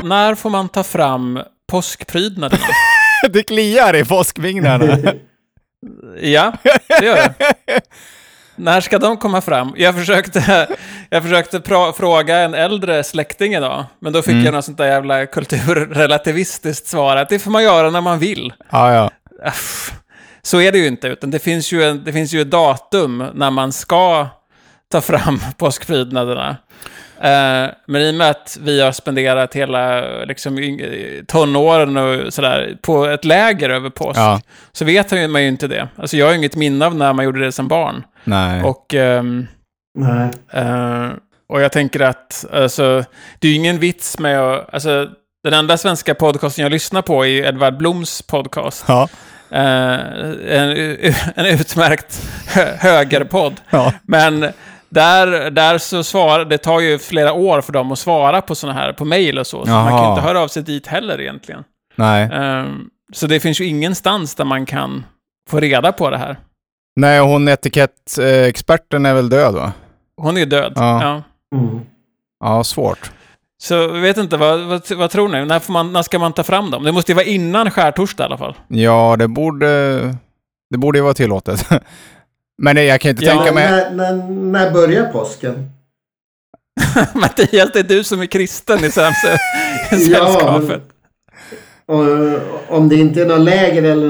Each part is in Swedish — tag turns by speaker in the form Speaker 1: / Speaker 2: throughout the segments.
Speaker 1: när får man ta fram påskprydnaderna?
Speaker 2: Det kliar i påskvingarna.
Speaker 1: Ja, det gör det. När ska de komma fram? Jag försökte fråga en äldre släkting idag, men då fick jag något sånt där jävla kulturrelativistiskt svar att det får man göra när man vill.
Speaker 2: Ja.
Speaker 1: Så är det ju inte, utan det finns ju ett datum när man ska ta fram påskprydnaderna. Men i och med att vi har spenderat hela liksom, tonåren och sådär på ett läger över påsk, så vet man ju inte det. Alltså jag har ju inget minne av när man gjorde det som barn.
Speaker 2: Nej.
Speaker 1: Och jag tänker att alltså, det är ju ingen vits med att, alltså, den enda svenska podcasten jag lyssnar på är Edvard Bloms podcast.
Speaker 2: Ja.
Speaker 1: En utmärkt högerpodd.
Speaker 2: Ja.
Speaker 1: Men där så svarar, det tar ju flera år för dem att svara på såna här, på mejl och så man kan inte höra av sig dit heller egentligen.
Speaker 2: Nej.
Speaker 1: Så det finns ju ingenstans där man kan få reda på det här.
Speaker 2: Nej, hon etikettexperten är väl död, va?
Speaker 1: Hon är ju död. Ja.
Speaker 2: Ja, svårt.
Speaker 1: Så jag vet inte, vad tror ni? När ska man ta fram dem? Det måste ju vara innan skärtorsdag i alla fall.
Speaker 2: Ja, det borde ju vara tillåtet. Men jag kan inte tänka mig...
Speaker 3: När börjar påsken?
Speaker 1: Mattias, det är du som är kristen i sällskapet.
Speaker 3: Och om det inte är några läger eller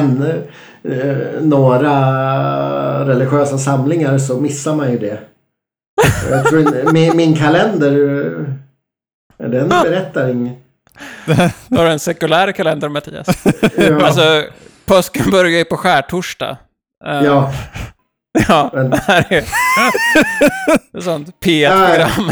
Speaker 3: några religiösa samlingar så missar man ju det. Jag tror min kalender, den berättar inget.
Speaker 1: Du har en sekulär kalender, Mattias.
Speaker 3: Ja.
Speaker 1: Alltså, påsken börjar ju på skärtorsdag.
Speaker 3: Ja.
Speaker 1: Ja, det här är ett sånt P1-program.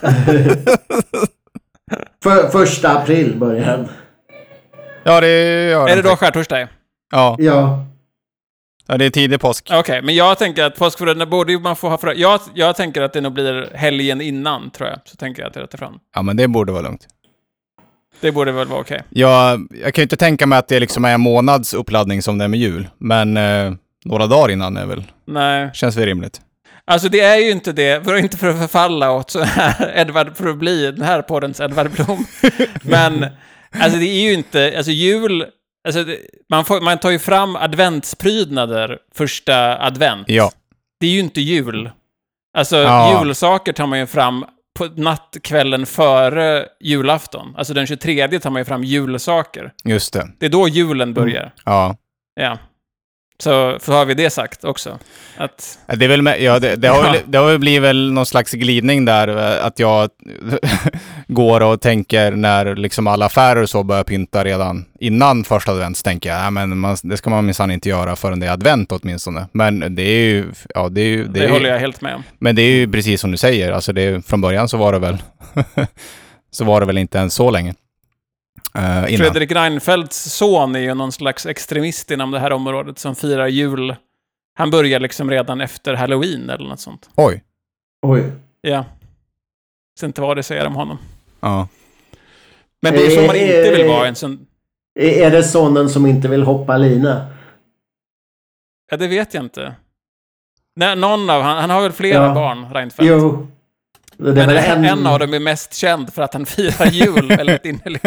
Speaker 3: 1 april börjar den.
Speaker 2: Ja, det gör
Speaker 1: Är det då skärtorsdag?
Speaker 2: Ja.
Speaker 3: Ja.
Speaker 2: Ja, det är tidig påsk.
Speaker 1: Okej, men jag tänker att påskfröderna borde ju man få ha för. Jag tänker att det nog blir helgen innan, tror jag. Så tänker jag att det rätt fram.
Speaker 2: Ja, men det borde vara lugnt.
Speaker 1: Det borde väl vara okej.
Speaker 2: Jag kan ju inte tänka mig att det liksom är en månads uppladdning som det är med jul. Men några dagar innan är väl...
Speaker 1: Nej.
Speaker 2: Känns väl rimligt.
Speaker 1: Alltså det är ju inte det, inte för att förfalla åt så här för att bli den här poddens Edvard Blom. Men alltså det är ju inte, alltså jul, alltså man tar ju fram adventsprydnader första advent.
Speaker 2: Ja.
Speaker 1: Det är ju inte jul. Alltså julsaker tar man ju fram på nattkvällen före julafton. Alltså den 23 tar man ju fram julsaker.
Speaker 2: Just det.
Speaker 1: Det är då julen börjar.
Speaker 2: Ja.
Speaker 1: Ja. Så har vi det sagt också. Att...
Speaker 2: Det är väl det har väl blivit väl någon slags glidning där, att jag går och tänker när liksom alla affärer så börjar pynta redan innan första advent, tänker jag, men det ska man minsann inte göra förrän det är advent åtminstone. Men det är ju det
Speaker 1: håller jag helt med om.
Speaker 2: Men det är ju precis som du säger, alltså från början så var det väl inte ens så länge.
Speaker 1: Fredrik Reinfeldts son är ju någon slags extremist inom det här området som firar jul. Han börjar liksom redan efter Halloween eller något sånt.
Speaker 2: Oj.
Speaker 1: Ja. Så inte vad det säger om honom.
Speaker 2: Ja.
Speaker 1: Men det är så man inte vill vara en sån...
Speaker 3: Är det sonen som inte vill hoppa lina?
Speaker 1: Ja, det vet jag inte. Nej, han har väl flera barn, Reinfeldt.
Speaker 3: Jo.
Speaker 1: Men en av dem är mest känd för att han firar jul väldigt innerligt.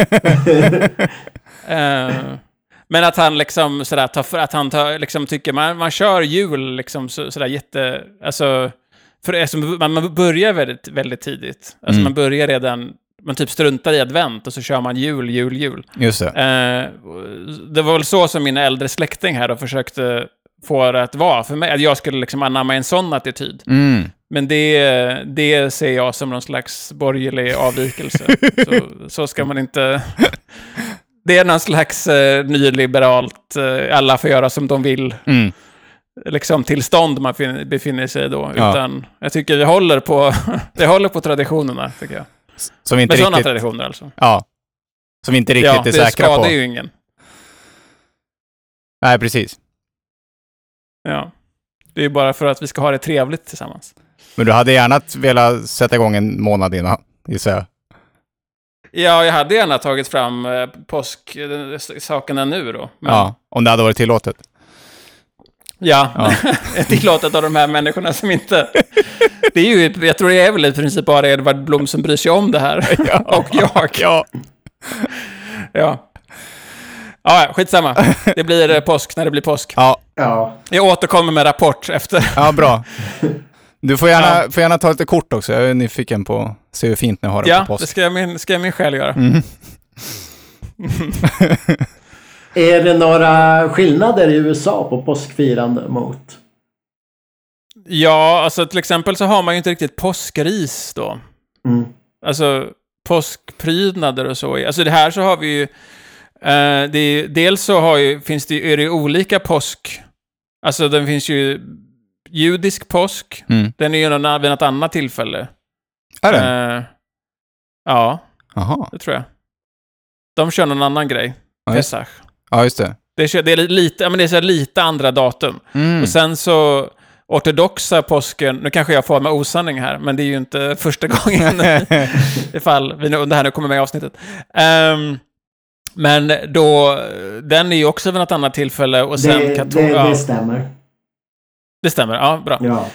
Speaker 1: Men att han liksom sådär liksom tycker man kör jul liksom sådär jätte, alltså för man börjar väldigt väldigt tidigt. Alltså man börjar redan, man typ struntar i advent och så kör man jul.
Speaker 2: Just det.
Speaker 1: Det var väl så som min äldre släkting här då försökte få det att vara för mig, att jag skulle liksom anamma en sån attityd. Men det ser jag som någon slags borgerlig avvikelse. Så ska man inte... Det är någon slags nyliberalt, alla får göra som de vill. Liksom tillstånd man befinner sig då.
Speaker 2: Ja.
Speaker 1: Utan jag tycker det håller på traditionerna, tycker jag.
Speaker 2: Som inte
Speaker 1: med
Speaker 2: riktigt...
Speaker 1: sådana traditioner alltså.
Speaker 2: Ja. Som inte riktigt är säkra på.
Speaker 1: Ja, det skadar ju ingen.
Speaker 2: Nej, precis.
Speaker 1: Ja. Det är ju bara för att vi ska ha det trevligt tillsammans.
Speaker 2: Men du hade gärna velat sätta igång en månad innan, gissar jag. Ja,
Speaker 1: jag hade gärna tagit fram påsksakerna nu då. Men...
Speaker 2: Ja, om det hade varit tillåtet.
Speaker 1: Ja. Tillåtet av de här människorna som inte... Det är ju, jag tror det är väl i princip bara Edvard Blom som bryr sig om det här.
Speaker 2: Ja.
Speaker 1: Och jag.
Speaker 2: Ja.
Speaker 1: Ja. Ja, skitsamma. Det blir påsk när det blir påsk.
Speaker 2: Ja.
Speaker 1: Jag återkommer med rapport efter.
Speaker 2: Ja, bra. Du får gärna ta lite kort också. Jag är nyfiken på att se hur fint ni har det på påsk.
Speaker 1: Ja, det ska min själ göra.
Speaker 3: Är det några skillnader i USA på påskfirande mot?
Speaker 1: Ja, alltså till exempel så har man ju inte riktigt påskris då. Alltså påskprydnader och så. Alltså det här så har vi ju dels så är det olika påsk. Alltså den finns ju judisk påsk. Den är ju vid något annat tillfälle.
Speaker 2: Är det?
Speaker 1: Ja.
Speaker 2: Aha.
Speaker 1: Det tror jag. De kör någon annan grej. Pesach.
Speaker 2: Ja, just det.
Speaker 1: Det är lite, men det är så lite andra datum. Och sen så ortodoxa påsken, nu kanske jag får med osanning här, men det är ju inte första gången ifall vi det här nu kommer med i avsnittet. Men då, den är ju också vid något annat tillfälle och sen
Speaker 3: det stämmer.
Speaker 1: Det stämmer, ja, bra.
Speaker 3: Ja,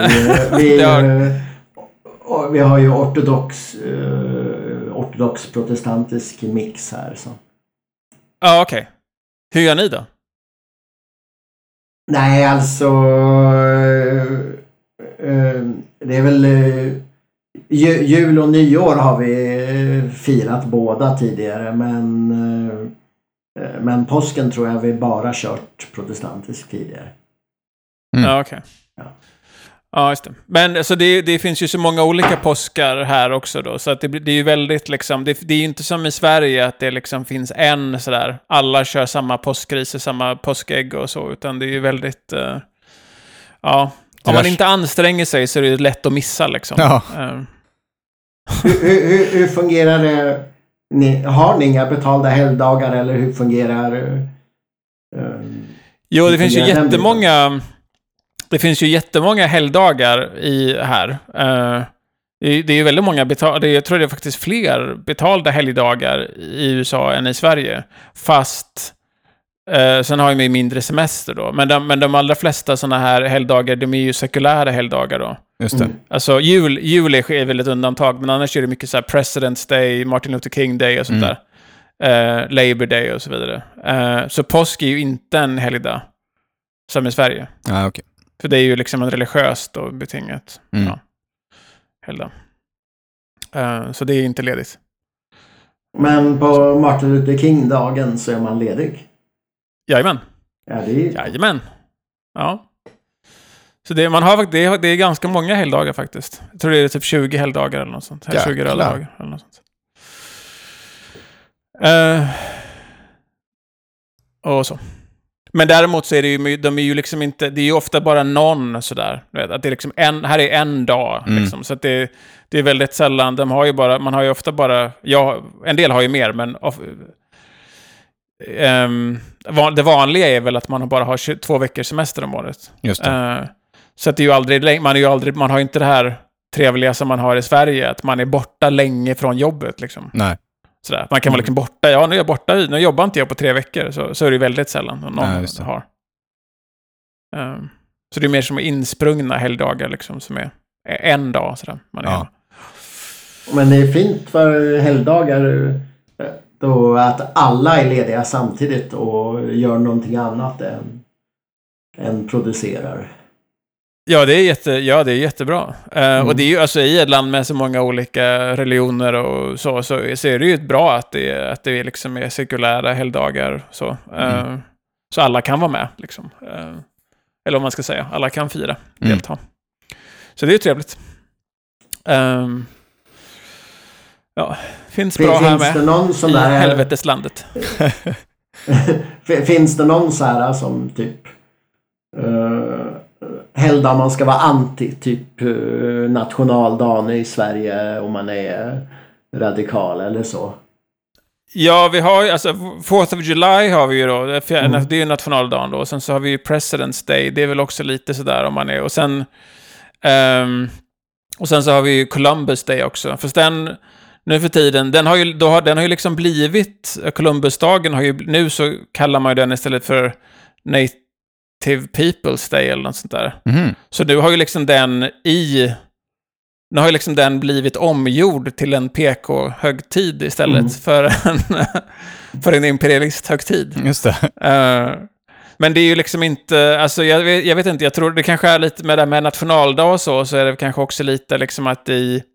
Speaker 3: vi har ju ortodox protestantisk mix här så.
Speaker 1: Ja, okej. Hur gör ni då?
Speaker 3: Nej, alltså det är väl jul och nyår har vi firat båda tidigare, men påsken tror jag vi bara kört protestantisk tidigare.
Speaker 1: Ja, okej. Ja, just det. Men alltså, det finns ju så många olika påskar här också då, så att det är ju väldigt liksom, det är ju inte som i Sverige att det liksom finns en sådär, alla kör samma påskris, samma påskägg och så, utan det är ju väldigt om man inte anstränger sig så är det lätt att missa liksom.
Speaker 2: Ja.
Speaker 3: Hur fungerar det? Har ni inga betalda helgdagar eller hur fungerar
Speaker 1: Jo, det finns ju jättemånga. Det finns ju jättemånga helgdagar här. Det är ju väldigt många jag tror det är faktiskt fler betalda helgdagar i USA än i Sverige. Fast sen har ju mindre semester då. Men de allra flesta sådana här helgdagar, de är ju sekulära helgdagar då.
Speaker 2: Just det.
Speaker 1: Alltså jul är väl ett undantag, men annars är det mycket så här President's Day, Martin Luther King Day och sånt där. Labor Day och så vidare. Så påsk är ju inte en helgdag som i Sverige.
Speaker 2: Ja, okej.
Speaker 1: För det är ju liksom en religiöst och betingat helgdag. Så det är inte ledigt.
Speaker 3: Men på Martin Luther King-dagen så är man ledig?
Speaker 1: Jajamän.
Speaker 3: Ja, det är...
Speaker 1: Jajamän. Ja. Så det är ganska många helgdagar faktiskt. Jag tror det är typ 20 helgdagar eller något sånt. 20 helgdagar eller något sånt. Och så. Men däremot så är det ju, de är ju liksom inte, det är ju ofta bara någon sådär, vet, att det är liksom här är en dag liksom, så att det är väldigt sällan, man har ju ofta bara, en del har ju mer, men det vanliga är väl att man bara har 2 veckors semester om året.
Speaker 2: Just det.
Speaker 1: Så att det är ju aldrig, man har inte det här trevliga som man har i Sverige, att man är borta länge från jobbet liksom.
Speaker 2: Nej.
Speaker 1: Sådär. Man kan vara liksom borta, nu är jag borta, nu jobbar inte jag på 3 veckor, så är det väldigt sällan någon har. Så det är mer som insprungna helgdagar liksom, som är en dag sådär.
Speaker 3: Men det är fint för helgdagar då att alla är lediga samtidigt och gör någonting annat än producerar.
Speaker 1: Ja, det är jättebra. Och det är ju alltså i ett land med så många olika religioner och så är det ju bra att det liksom är sekulära helgdagar så. Så alla kan vara med liksom. Eller om man ska säga, alla kan fira, delta. Så det är trevligt. Finns bra här med.
Speaker 3: Det någon som
Speaker 1: i helveteslandet.
Speaker 3: Finns det någon så här som typ helgdag man ska vara anti, typ nationaldagen i Sverige om man är radikal eller så?
Speaker 1: Ja, vi har ju, alltså 4th of July har vi ju då, det är ju nationaldagen då, och sen så har vi ju President's Day, det är väl också lite sådär om man är, och sen så har vi ju Columbus Day också, fast den nu för tiden, den har ju liksom blivit, Columbusdagen har ju, nu så kallar man ju den istället för Native People's Day eller något sånt där. Så nu har ju liksom den Nu har ju liksom den blivit omgjord till en PK-högtid istället för en imperialist-högtid.
Speaker 2: Just det.
Speaker 1: Men det är ju liksom inte, alltså jag vet inte, jag tror det kanske är lite med det med nationaldag och så är det kanske också lite liksom att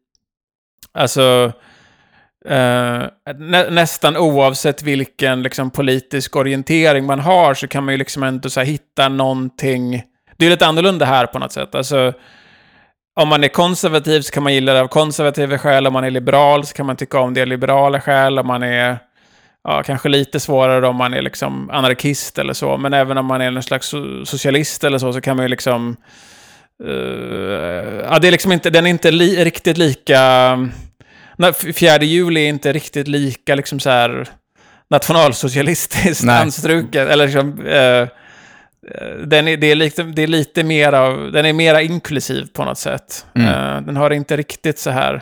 Speaker 1: nästan oavsett vilken liksom politisk orientering man har så kan man ju liksom ändå så här hitta någonting. Det är lite annorlunda här på något sätt. Alltså, om man är konservativ så kan man gilla det av konservativa skäl. Om man är liberal så kan man tycka om det av liberala skäl. Om man är kanske lite svårare om man är liksom anarkist eller så. Men även om man är någon slags socialist eller så kan man ju liksom... det är liksom inte, den är inte riktigt lika... 4 juli är inte riktigt lika liksom så här nationalsocialistiskt anstruket. Eller liksom... det är lite mer av... Den är mera inklusiv på något sätt. Den har inte riktigt så här...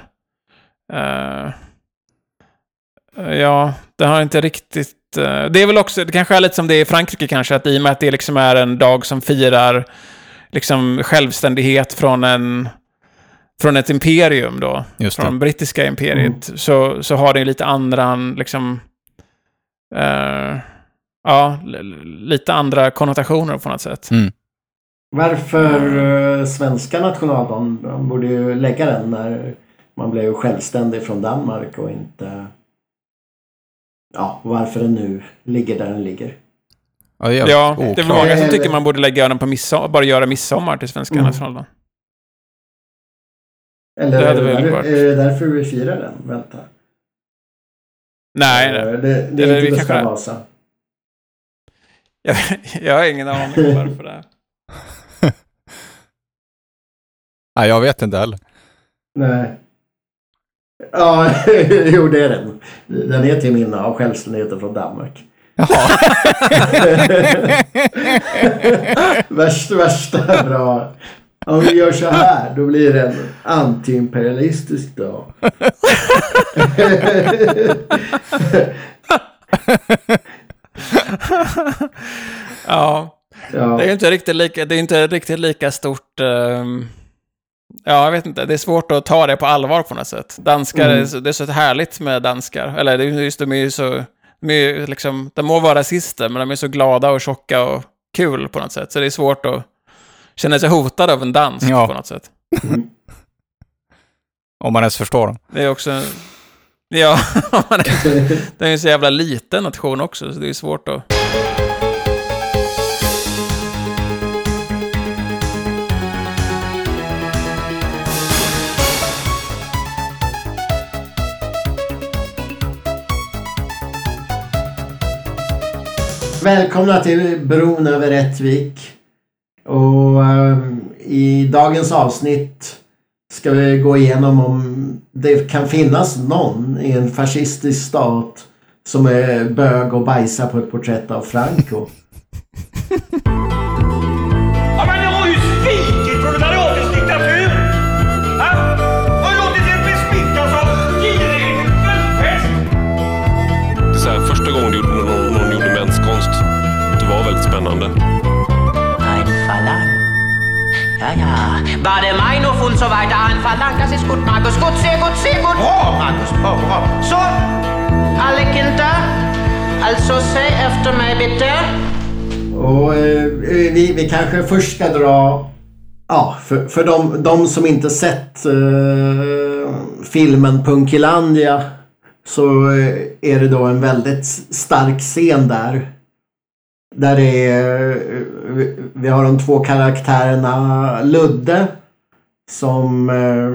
Speaker 1: den har inte riktigt... det är väl också... Det kanske är lite som det är i Frankrike kanske. Att i och med att det liksom är en dag som firar liksom självständighet från ett imperium då.
Speaker 2: Just det.
Speaker 1: Från brittiska imperiet. Så har det lite andra liksom... lite andra konnotationer på något sätt.
Speaker 3: Varför svenska nationaldagen? Man borde ju lägga den när man blev självständig från Danmark och inte... varför den nu ligger där den ligger.
Speaker 1: Det är många som tycker man borde lägga den på midsommar, bara göra midsommar till svenska nationaldagen.
Speaker 3: Eller är det därför vi firar den? Vänta.
Speaker 1: Nej.
Speaker 3: Det är inte Gustav Vasa.
Speaker 1: Jag har ingen aning om varför det är.
Speaker 2: Nej, jag vet inte heller.
Speaker 3: Nej. Ja, jo det är den. Den är till minne av självständigheten från Danmark.
Speaker 2: Jaha.
Speaker 3: värsta bra. Om vi gör så här, då blir det en anti-imperialistisk dag. Det är inte riktigt lika stort. Jag vet inte, det är svårt att ta det på allvar på något sätt. Danskar, det är så härligt med danskar. Eller just de är ju så... liksom, de må vara rasister, men de är så glada och tjocka och kul på något sätt. Så det är svårt att känna sig hotad av en dansk på något sätt.
Speaker 2: Om man ens förstår dem.
Speaker 1: Det är också... det är en så jävla liten nation också, så det är svårt att...
Speaker 3: Välkomna till Bron över Rättvik. Och i dagens avsnitt ska vi gå igenom om det kan finnas någon i en fascistisk stat som är bög och bajsar på ett porträtt av Franco.
Speaker 4: Ja, men det har ju svikit proletariatets diktatur! Har ju låtit er besmittas av girighetens pest!
Speaker 5: Det är så här, första gången någon gjorde menskonst, det var väldigt spännande.
Speaker 6: Ein Verlang. Ja. War der Meinung und so weiter. Ein Verlang, das ist gut, Markus. Gut, sehr gut, sehr gut. Markus, bra. Så, alle Kinder. Alltså, säg efter mig, bitte.
Speaker 3: Och vi kanske först ska dra... för de som inte sett filmen Punkilandia, så är det då en väldigt stark scen där. Där vi har de två karaktärerna Ludde som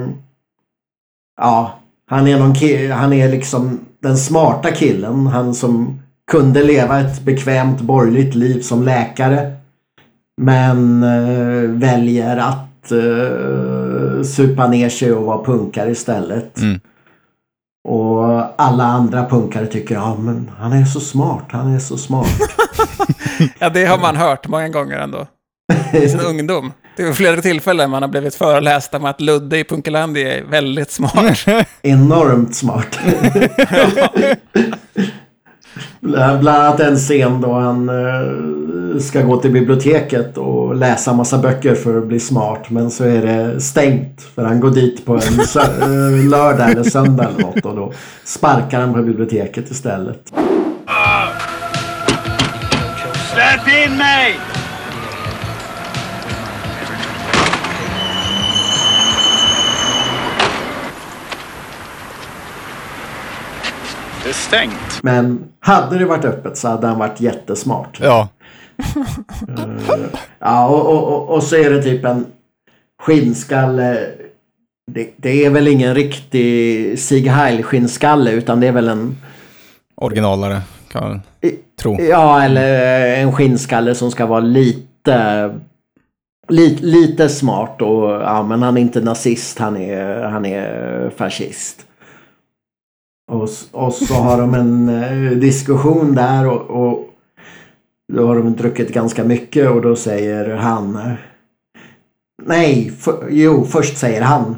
Speaker 3: han är liksom den smarta killen, han som kunde leva ett bekvämt borgerligt liv som läkare, men väljer att supa ner sig och vara punkare istället. Och alla andra punkare tycker men han är så smart.
Speaker 1: Ja, det har man hört många gånger ändå. I sin ungdom. Det är flera tillfällen man har blivit föreläst om att Ludde i Punkilandia är väldigt smart.
Speaker 3: Enormt smart. Bland annat en scen då han ska gå till biblioteket och läsa massa böcker för att bli smart. Men så är det stängt för han går dit på en lördag eller söndag eller något. Och då sparkar han på biblioteket istället.
Speaker 4: Släpp in mig!
Speaker 2: Det är stängt.
Speaker 3: Men hade det varit öppet så hade han varit jättesmart.
Speaker 2: Ja.
Speaker 3: Ja, och så är det typ en skinnskalle. Det är väl ingen riktig Sieg Heil skinnskalle, utan det är väl en
Speaker 2: originalare kan man tro.
Speaker 3: Ja, eller en skinnskalle som ska vara lite smart. Och ja, men han är inte nazist, han är fascist. Och så har de en diskussion där och då har de druckit ganska mycket och då säger han först säger han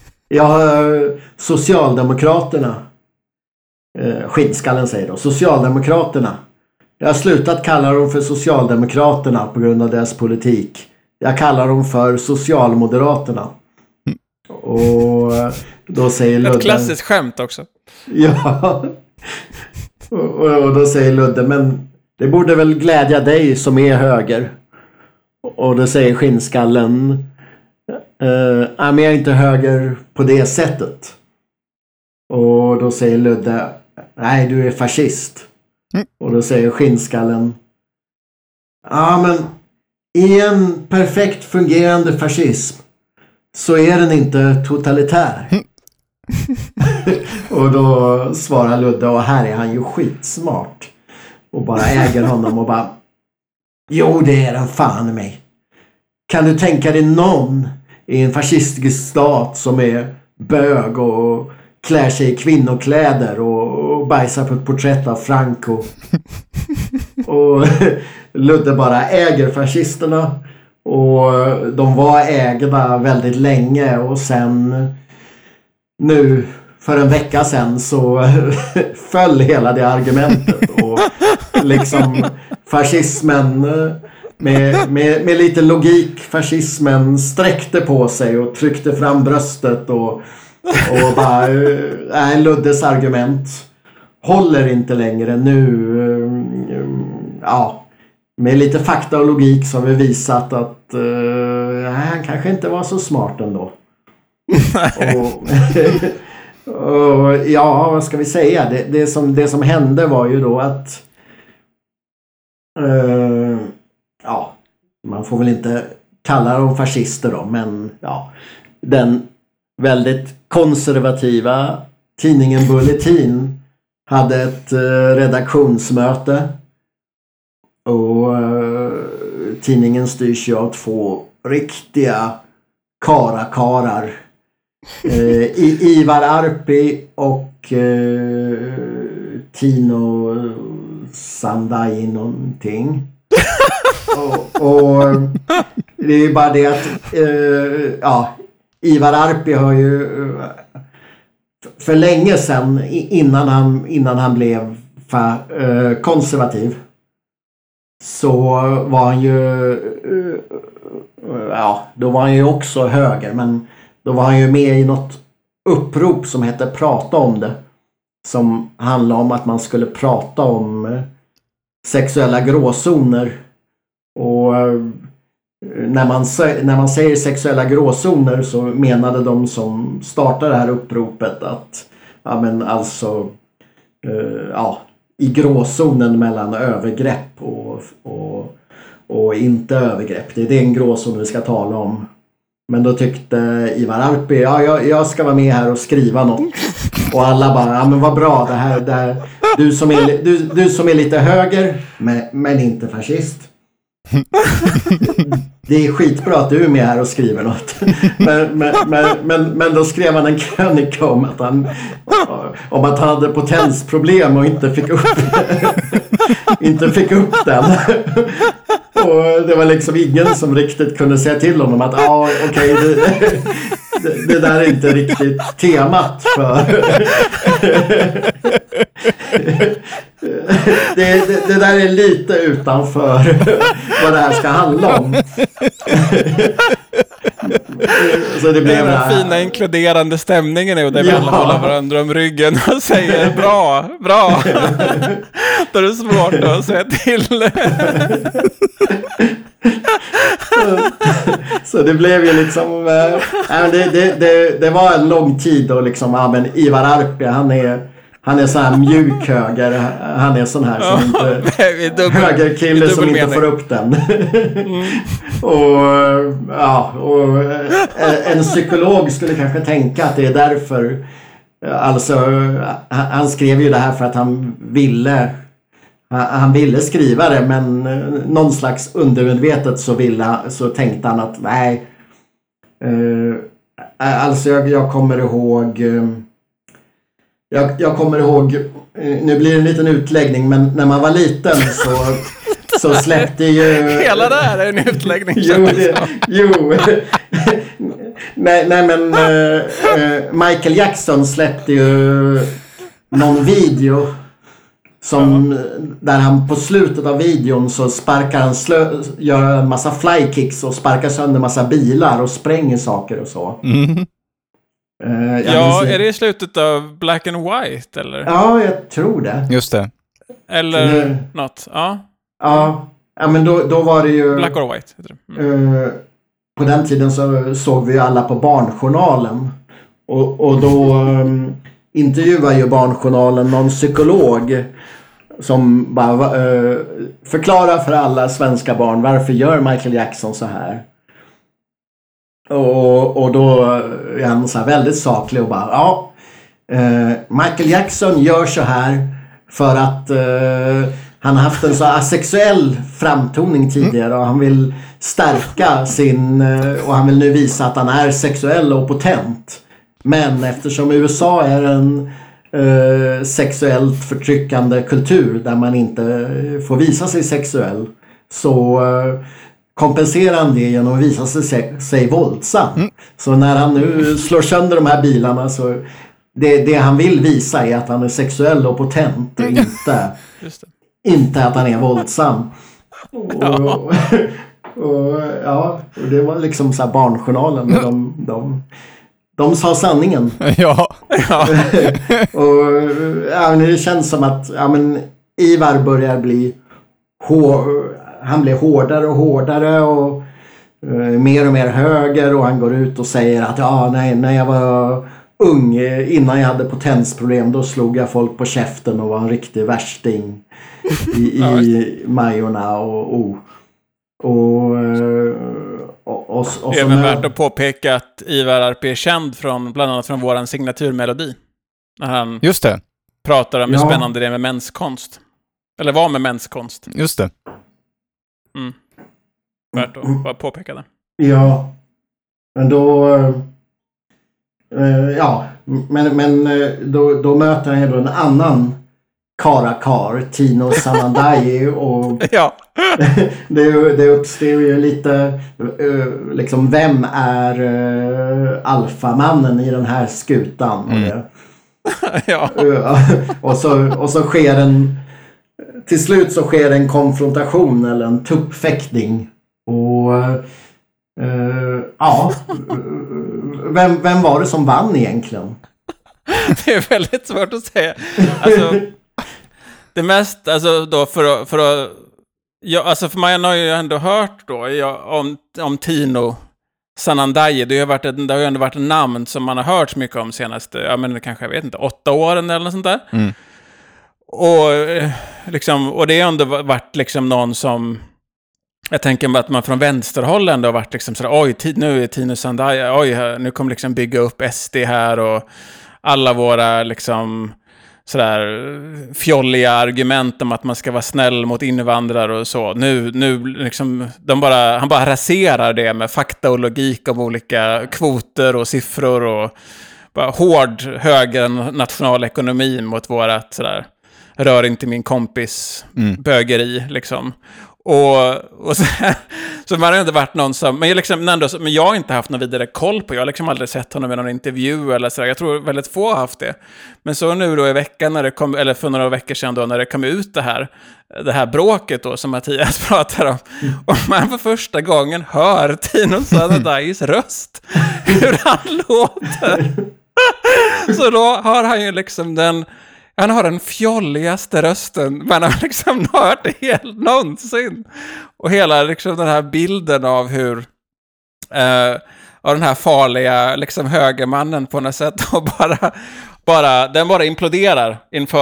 Speaker 3: Socialdemokraterna, skinnskallen säger då, Socialdemokraterna, jag har slutat kalla dem för Socialdemokraterna på grund av deras politik. Jag kallar dem för Socialmoderaterna. Och då säger Ludde...
Speaker 1: Ett klassiskt skämt också.
Speaker 3: Ja. Och då säger Ludde, men det borde väl glädja dig som är höger. Och då säger skinnskallen, men jag är inte höger på det sättet. Och då säger Ludde, nej, du är fascist. Och då säger skinnskallen, men i en perfekt fungerande fascism så är den inte totalitär. Och då svarar Ludde, och här är han ju skitsmart. Och bara äger honom och bara, jo, det är den fan i mig. Kan du tänka dig någon i en fascistisk stat som är bög och klär sig i kvinnokläder och bajsar på ett porträtt av Franco? Och Ludde bara äger fascisterna. Och de var ägda väldigt länge och sen nu för en vecka sedan så föll hela det argumentet och liksom fascismen med lite logik, fascismen sträckte på sig och tryckte fram bröstet och bara Luddes argument håller inte längre nu. Med lite fakta och logik så har vi visat att han kanske inte var så smart ändå. och ja, vad ska vi säga? Det som hände var ju då att man får väl inte kalla dem fascister då, men ja, den väldigt konservativa tidningen Bulletin hade ett redaktionsmöte. Och tidningen styrs ju av 2 riktiga karakarar. Ivar Arpi och Tino Sandai någonting. Och det är ju bara det att Ivar Arpi har ju för länge sedan innan han blev konservativ så var han ju då var han ju också höger, men då var han ju med i något upprop som hette Prata om det, som handlade om att man skulle prata om sexuella gråzoner. Och när man säger sexuella gråzoner så menade de som startade det här uppropet att i gråzonen mellan övergrepp och inte övergrepp. Det är den gråzonen vi ska tala om. Men då tyckte Ivar Arpi, jag ska vara med här och skriva något. Och alla bara, men vad bra det här du som är lite höger men inte fascist. Det är skitbra att du är med här och skriver något. Men då skrev han en krönika om att han hade potensproblem och inte fick upp den. Och det var liksom ingen som riktigt kunde säga till honom att det där är inte riktigt temat det där är lite utanför vad det här ska handla om. Så det blev
Speaker 1: den fina inkluderande stämningen är där vi alla håller varandra om ryggen och säger bra. Då är det svårt att säga till.
Speaker 3: Så det blev ju liksom det var en lång tid och liksom men Ivar Arpi han är så här mjuk höger. Han är sån här som inte högerkille som inte får upp den. och en psykolog skulle kanske tänka att det är därför. Alltså han skrev ju det här för att han ville skriva det, men någon slags undermedvetet så tänkte han att nej. Alltså jag kommer ihåg. Jag kommer ihåg, nu blir det en liten utläggning, men när man var liten så släppte ju...
Speaker 1: Hela det här är en utläggning.
Speaker 3: Jo. Nej men Michael Jackson släppte ju någon video där han på slutet av videon så sparkar han gör en massa flykicks och sparkar sönder en massa bilar och spränger saker och så.
Speaker 1: Är det i slutet av Black and White eller?
Speaker 3: Ja, jag tror det.
Speaker 2: Just det.
Speaker 1: Eller något,
Speaker 3: Ja, men då var det ju...
Speaker 1: Black or White heter det.
Speaker 3: På den tiden så såg vi ju alla på Barnjournalen. Och då intervjuade ju Barnjournalen någon psykolog som bara förklarar för alla svenska barn varför gör Michael Jackson så här. Och då är han så här väldigt saklig och bara Michael Jackson gör så här för att han har haft en så asexuell framtoning tidigare och han vill stärka och han vill nu visa att han är sexuell och potent. Men eftersom USA är en sexuellt förtryckande kultur där man inte får visa sig sexuell, så kompenserar han det genom att visa sig våldsam. Så när han nu slår sönder de här bilarna, så det han vill visa är att han är sexuell och potent och inte att han är våldsam. Och det var liksom så här Barnjournalen. De sa sanningen.
Speaker 2: Ja.
Speaker 3: Och det känns som att Ivar börjar bli han blir hårdare och hårdare och mer och mer höger, och han går ut och säger att när jag var ung, innan jag hade potensproblem, då slog jag folk på käften och var en riktig värsting i Majorna och
Speaker 1: det är även värt att påpeka att Ivar Arpi är känd bland annat från våran signaturmelodi. När han pratar om hur spännande det är med mänskonst. Eller vad med mänskonst.
Speaker 2: Just det.
Speaker 1: Värt att bara påpeka det.
Speaker 3: Ja. Men då... Men då möter han ju en annan karakar, Tino Sanandaji, och det uppstår ju lite liksom, vem är alfamannen i den här skutan? Och så sker till slut så sker en konfrontation eller en tuppfäktning, och vem var det som vann egentligen?
Speaker 1: Det är väldigt svårt att säga. Alltså, det mest, alltså då för man har ju ändå hört då om Tino Sanandaji. Det har ju ändå varit ett namn som man har hört så mycket om senaste, kanske, jag vet inte, 8 åren eller något sånt där. Och det har ändå varit liksom någon som, jag tänker mig att man från vänsterhåll ändå har varit liksom sådär, nu är Tino Sanandaji, nu kommer liksom bygga upp SD här, och alla våra liksom sådär fjolliga argument om att man ska vara snäll mot invandrare och så. Nu liksom han bara raserar det med fakta och logik om olika kvoter och siffror, och bara hård höger nationalekonomi mot vårat sådär rör inte min kompis bögeri liksom. Och så man har inte varit någon som, men jag har inte haft någon vidare koll på, jag har liksom aldrig sett honom i någon intervju eller sådär. Jag tror väldigt få har haft det. Men så nu då i veckan när det kom, eller för några veckor sedan då, när det kom ut det här bråket då som Mattias pratar om, och man för första gången hör Tino Sanadais röst, hur han låter. Så då har han ju liksom han har den fjolligaste rösten man har liksom hört helt någonsin. Och hela liksom den här bilden av hur av den här farliga liksom högermannen på något sätt och den bara imploderar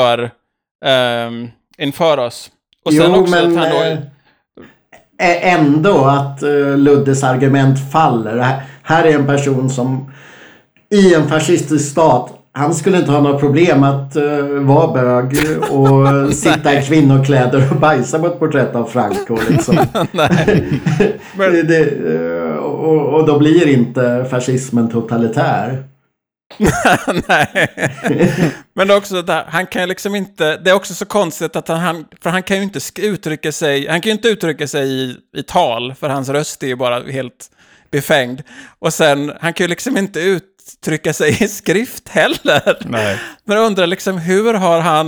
Speaker 1: inför oss. Och sen också
Speaker 3: men
Speaker 1: att han då
Speaker 3: ändå att Luddes argument faller. Här är en person som i en fascistisk stat, han skulle inte ha några problem att vara bög och sitta i kvinnokläder och bajsa på ett porträtt av Franco liksom. Och då blir inte fascismen totalitär.
Speaker 1: Nej. Men också där, han kan liksom inte, det är också så konstigt att han kan ju inte uttrycka sig i tal, för hans röst är ju bara helt befängd. Och sen, han kan ju liksom inte uttrycka sig i skrift heller. Nej. Men jag undrar liksom, hur har han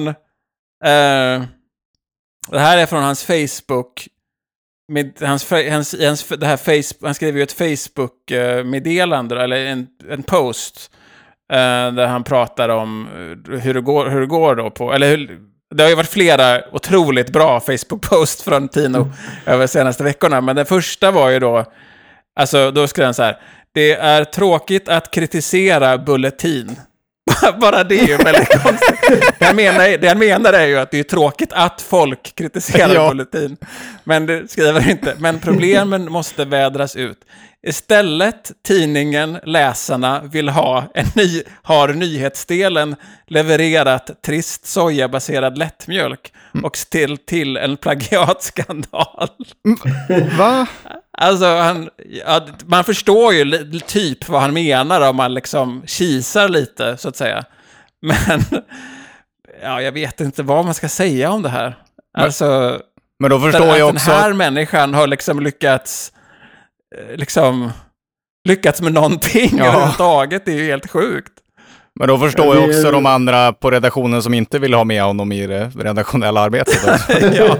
Speaker 1: det här är från hans Facebook, med han skrev ju ett Facebook-meddelande eller en post där han pratar om hur det går då på, eller det har ju varit flera otroligt bra Facebook-post från Tino över senaste veckorna, men den första var ju då, alltså då skrev han så här: det är tråkigt att kritisera Bulletin. Bara det är ju väldigt konstigt. Det han menar är ju att det är tråkigt att folk kritiserar Bulletin. Men det skriver inte. Men problemen måste vädras ut. Istället tidningen läsarna vill har nyhetsdelen levererat trist sojabaserad lättmjölk och till en plagiatskandal.
Speaker 2: Va?
Speaker 1: Alltså man förstår ju typ vad han menar om man liksom kisar lite så att säga. Men jag vet inte vad man ska säga om det här. Alltså,
Speaker 2: men då förstår jag också
Speaker 1: den här människan har liksom lyckats med någonting överhuvudtaget. Det är ju helt sjukt.
Speaker 2: Men då förstår jag också de andra på redaktionen som inte vill ha med honom i det redaktionella arbetet.
Speaker 1: Ja.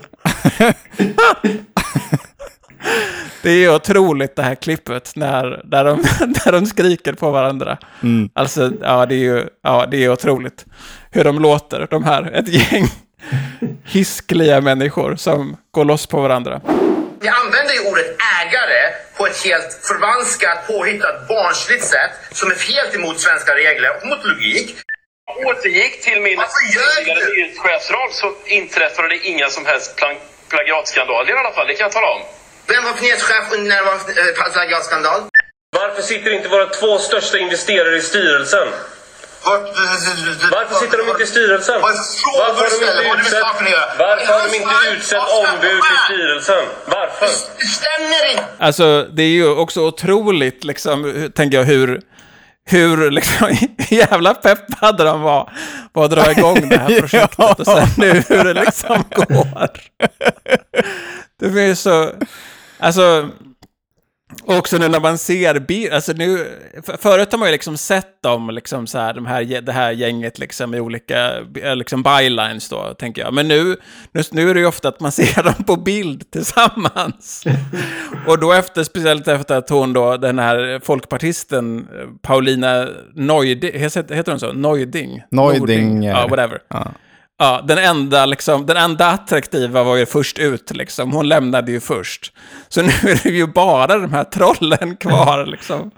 Speaker 1: Det är ju otroligt det här klippet där de skriker på varandra. Alltså, det är otroligt hur de låter. De här, ett gäng hiskliga människor som går loss på varandra.
Speaker 7: Jag använder ju ordet ägare på ett helt förvanskat, påhittat, barnsligt sätt som är helt emot svenska regler och mot logik.
Speaker 5: Återgick till min tidigare nyhetschefsroll så inträffade det inga som helst plagiatskandaler i alla fall, det kan jag tala om.
Speaker 7: Vem var nyhetschef när det var plagiatskandal?
Speaker 5: Varför sitter inte våra 2 största investerare i styrelsen? Varför sitter de inte i styrelsen? Varför har de inte utsett ombud i styrelsen? Varför?
Speaker 7: Stämmer inte!
Speaker 1: Alltså, det är ju också otroligt, liksom, tänker jag, hur liksom, jävla peppade de var på att dra igång det här projektet. Och sen nu hur det liksom går. Det är så... Alltså... Också nu när man ser alltså nu, förut har man ju liksom sett dem liksom så här, det här gänget liksom i olika liksom bylines då, tänker jag. Men nu är det ju ofta att man ser dem på bild tillsammans. Och då speciellt efter att hon då, den här folkpartisten Paulina Neuding, heter hon så? Neuding, ja, whatever. Ja. Ja, den enda attraktiva var ju först ut liksom. Hon lämnade ju först. Så nu är det ju bara de här trollen kvar liksom.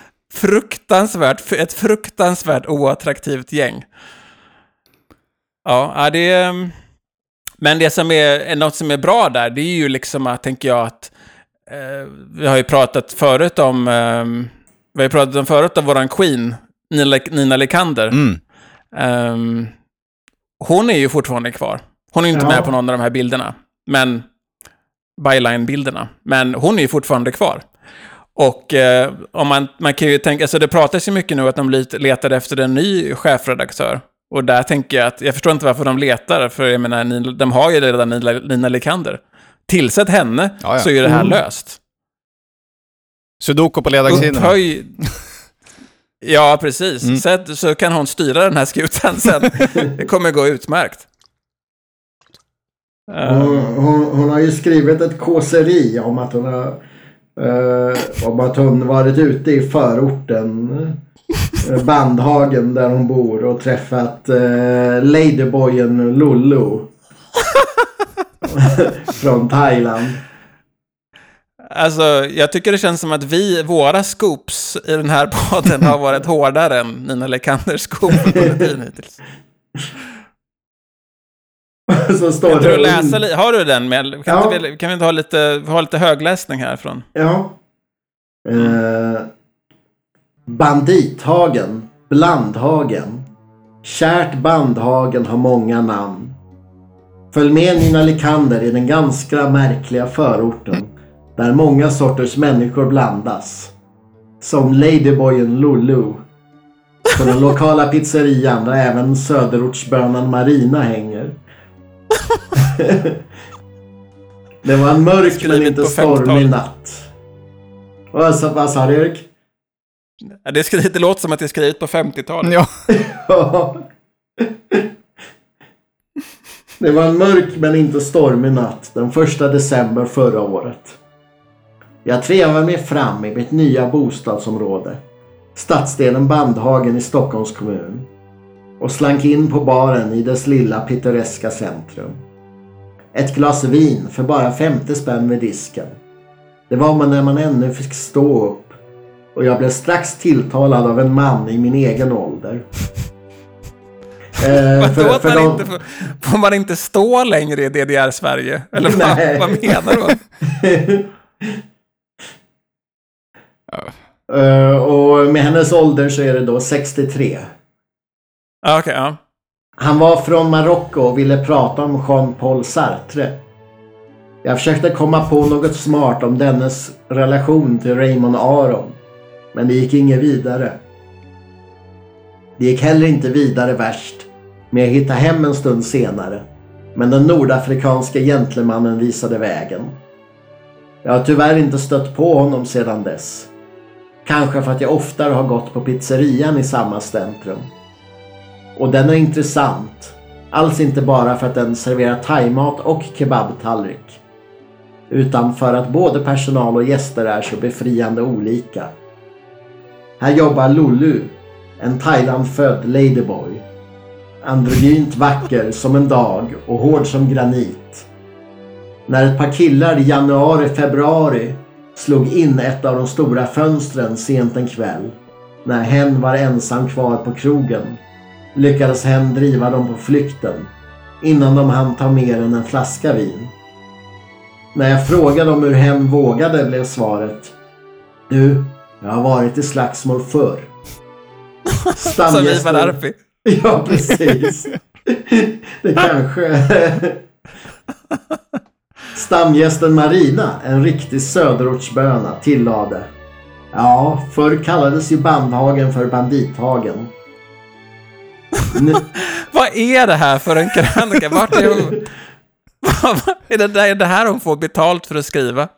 Speaker 1: Ett fruktansvärt oattraktivt gäng. Ja, det är... Men det som är något som är bra där, det är ju liksom att, tänker jag, att vi har ju pratat förut om våran queen Nina Likander. Hon är ju fortfarande kvar. Hon är inte med på någon av de här bilderna. Men byline-bilderna. Men hon är ju fortfarande kvar. Och om man kan ju tänka... Alltså det pratas ju mycket nu att de letar efter en ny chefredaktör. Och där tänker jag att, jag förstår inte varför de letar, för jag menar, de har ju redan Nina Likander. Tillsätt henne, så är det här löst.
Speaker 2: Sudoku på ledarsidan.
Speaker 1: Ja, precis. Så kan hon styra den här skutan sen. Det kommer gå utmärkt.
Speaker 3: Hon har ju skrivit ett kåseri om att hon varit ute i förorten Bandhagen där hon bor och träffat ladyboyen Lulu från Thailand.
Speaker 1: Alltså, jag tycker det känns som att våra scoops i den här podden har varit hårdare än Nina Likanders scoop på politin hittills.
Speaker 3: Så står
Speaker 1: kan du läsa har du den med? Kan vi inte ha lite högläsning härifrån?
Speaker 3: Ja. Bandithagen, Blandhagen. Kärt Bandhagen har många namn. Följ med Nina Likander i den ganska märkliga förorten där många sorters människor blandas. Som ladyboyen Lulu. På den lokala pizzerian där även söderortsbönan Marina hänger. Det var en mörk men inte stormig natt. Vad sa du, Erik?
Speaker 1: Det låter som att det är skrivet på 50-talet.
Speaker 2: Ja.
Speaker 3: Det var en mörk men inte stormig natt den 1 december förra året. Jag trevade mig fram i mitt nya bostadsområde, stadsdelen Bandhagen i Stockholms kommun, och slank in på baren i dess lilla pittoreska centrum. Ett glas vin för bara 50 spänn vid disken. Det var man när man ännu fick stå upp, och jag blev strax tilltalad av en man i min egen ålder.
Speaker 1: Får man inte stå längre i DDR-Sverige? Eller vad menar du?
Speaker 3: Och med hennes ålder så är det då 63.
Speaker 1: Okej, ja.
Speaker 3: Han var från Marocko och ville prata om Jean-Paul Sartre. Jag försökte komma på något smart om dennes relation till Raymond Aron, men det gick inget vidare. Det gick heller inte vidare värst, men jag hittade hem en stund senare. Men den nordafrikanska gentlemannen visade vägen. Jag har tyvärr inte stött på honom sedan dess. Kanske för att jag oftare har gått på pizzerian i samma centrum. Och den är intressant. Alls inte bara för att den serverar thaimat och kebabtallrik, utan för att både personal och gäster är så befriande olika. Här jobbar Lulu, en Thailand-född ladyboy. Androgynt vacker som en dag och hård som granit. När ett par killar i januari-februari slog in ett av de stora fönstren sent en kväll, när hen var ensam kvar på krogen, lyckades hen driva dem på flykten innan de hann ta mer än en flaska vin. När jag frågade om hur hen vågade blev svaret: du, jag har varit i slagsmål förr.
Speaker 1: Stamgästen...
Speaker 3: Ja, precis. Det kanske... Stamgästen Marina, en riktig söderortsböna, tillade: ja, förr kallades ju Bandhagen för Bandithagen.
Speaker 1: Vad är det här för en krönika? Vart är hon? Är det här hon får betalt för att skriva?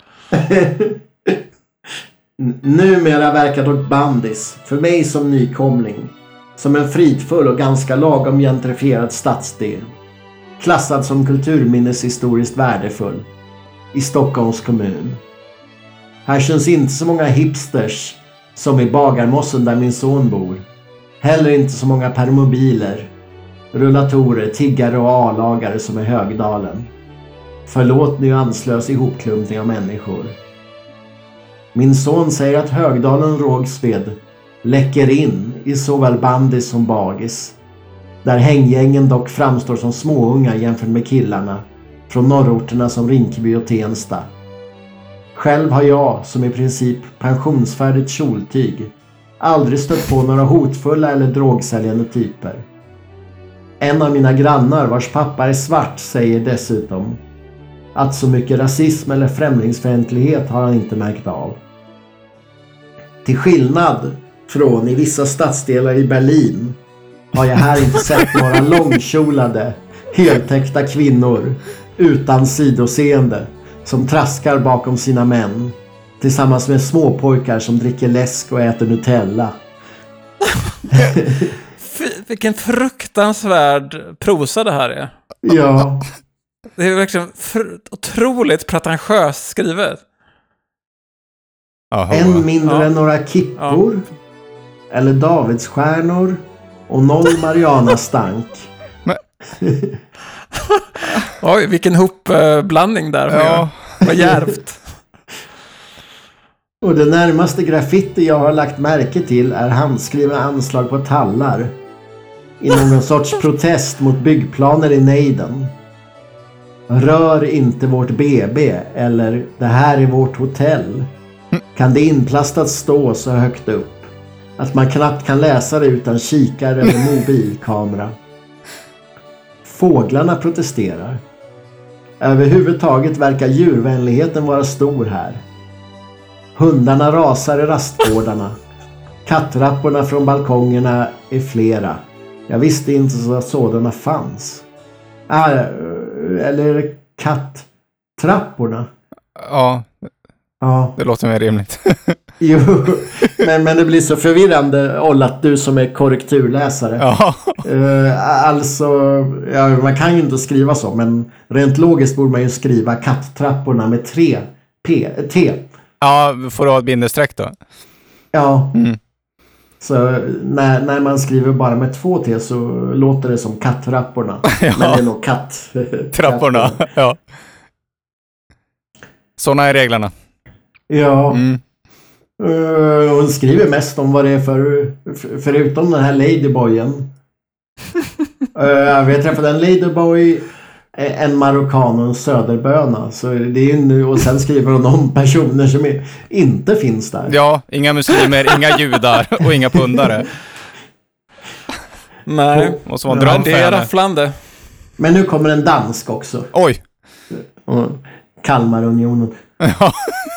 Speaker 3: Numera verkar dock Bandis, för mig som nykomling, som en fridfull och ganska lagom gentrifierad stadsdel, klassad som kulturminneshistoriskt värdefull i Stockholms kommun. Här syns inte så många hipsters som i Bagarmossen där min son bor. Heller inte så många permobiler, rullatorer, tiggare och A-lagare som i Högdalen. Förlåt nyanslös ihopklumpning av människor. Min son säger att Högdalen Rågsved läcker in i såväl bandis som bagis, där hänggängen dock framstår som småunga jämfört med killarna från norrorterna som Rinkeby och Tensta. Själv har jag, som i princip pensionsfärdigt kjoltyg, aldrig stött på några hotfulla eller drogsäljande typer. En av mina grannar vars pappa är svart säger dessutom att så mycket rasism eller främlingsfientlighet har han inte märkt av. Till skillnad från i vissa stadsdelar i Berlin har jag här inte sett några långkjolade, heltäckta kvinnor utan sidoseende som traskar bakom sina män tillsammans med småpojkar som dricker läsk och äter Nutella.
Speaker 1: Vilken fruktansvärd prosa det här är.
Speaker 3: Ja.
Speaker 1: Det är verkligen otroligt pretentiöst skrivet.
Speaker 2: Aha.
Speaker 3: En mindre än några kippor eller Davidsstjärnor och 0 Mariana-stank.
Speaker 1: Oj, vilken hopblandning där.
Speaker 2: Ja.
Speaker 1: Vad djärvt.
Speaker 3: Och det närmaste graffiti jag har lagt märke till är handskrivna anslag på tallar i någon sorts protest mot byggplaner i nejden. Rör inte vårt BB eller det här är vårt hotell. Kan det inplastat stå så högt upp att man knappt kan läsa det utan kikare eller mobilkamera. Fåglarna protesterar. Överhuvudtaget verkar djurvänligheten vara stor här. Hundarna rasar i rastgårdarna. Kattrapporna från balkongerna är flera. Jag visste inte så att sådana fanns. Eller kattrapporna.
Speaker 2: Ja,
Speaker 3: Ja.
Speaker 2: det låter mer rimligt.
Speaker 3: Jo, men det blir så förvirrande, Olle, att du som är korrekturläsare.
Speaker 2: Ja.
Speaker 3: Man kan ju inte skriva så, men rent logiskt borde man ju skriva kattrapporna med 3 T.
Speaker 2: Ja, får du ha ett bindestreck då?
Speaker 3: Ja.
Speaker 2: Mm.
Speaker 3: Så när man skriver bara med 2 T så låter det som kattrapporna.
Speaker 2: Ja.
Speaker 3: Men det är nog
Speaker 2: Trapporna, ja. Såna är reglerna.
Speaker 3: Ja.
Speaker 2: Mm.
Speaker 3: Hon skriver mest om vad det är förutom den här ladyboyen. Vi träffade en ladyboy, en marockan och en söderböna. Så det är ju nu, och sen skriver hon om personer som inte finns där.
Speaker 2: Ja, inga muslimer, inga judar och inga pundare.
Speaker 1: Nej,
Speaker 2: måste vara en dröm för
Speaker 1: det är
Speaker 2: henne.
Speaker 1: rafflande.
Speaker 3: Men nu kommer en dansk också.
Speaker 2: Oj.
Speaker 3: Kalmarunionen.
Speaker 2: Ja.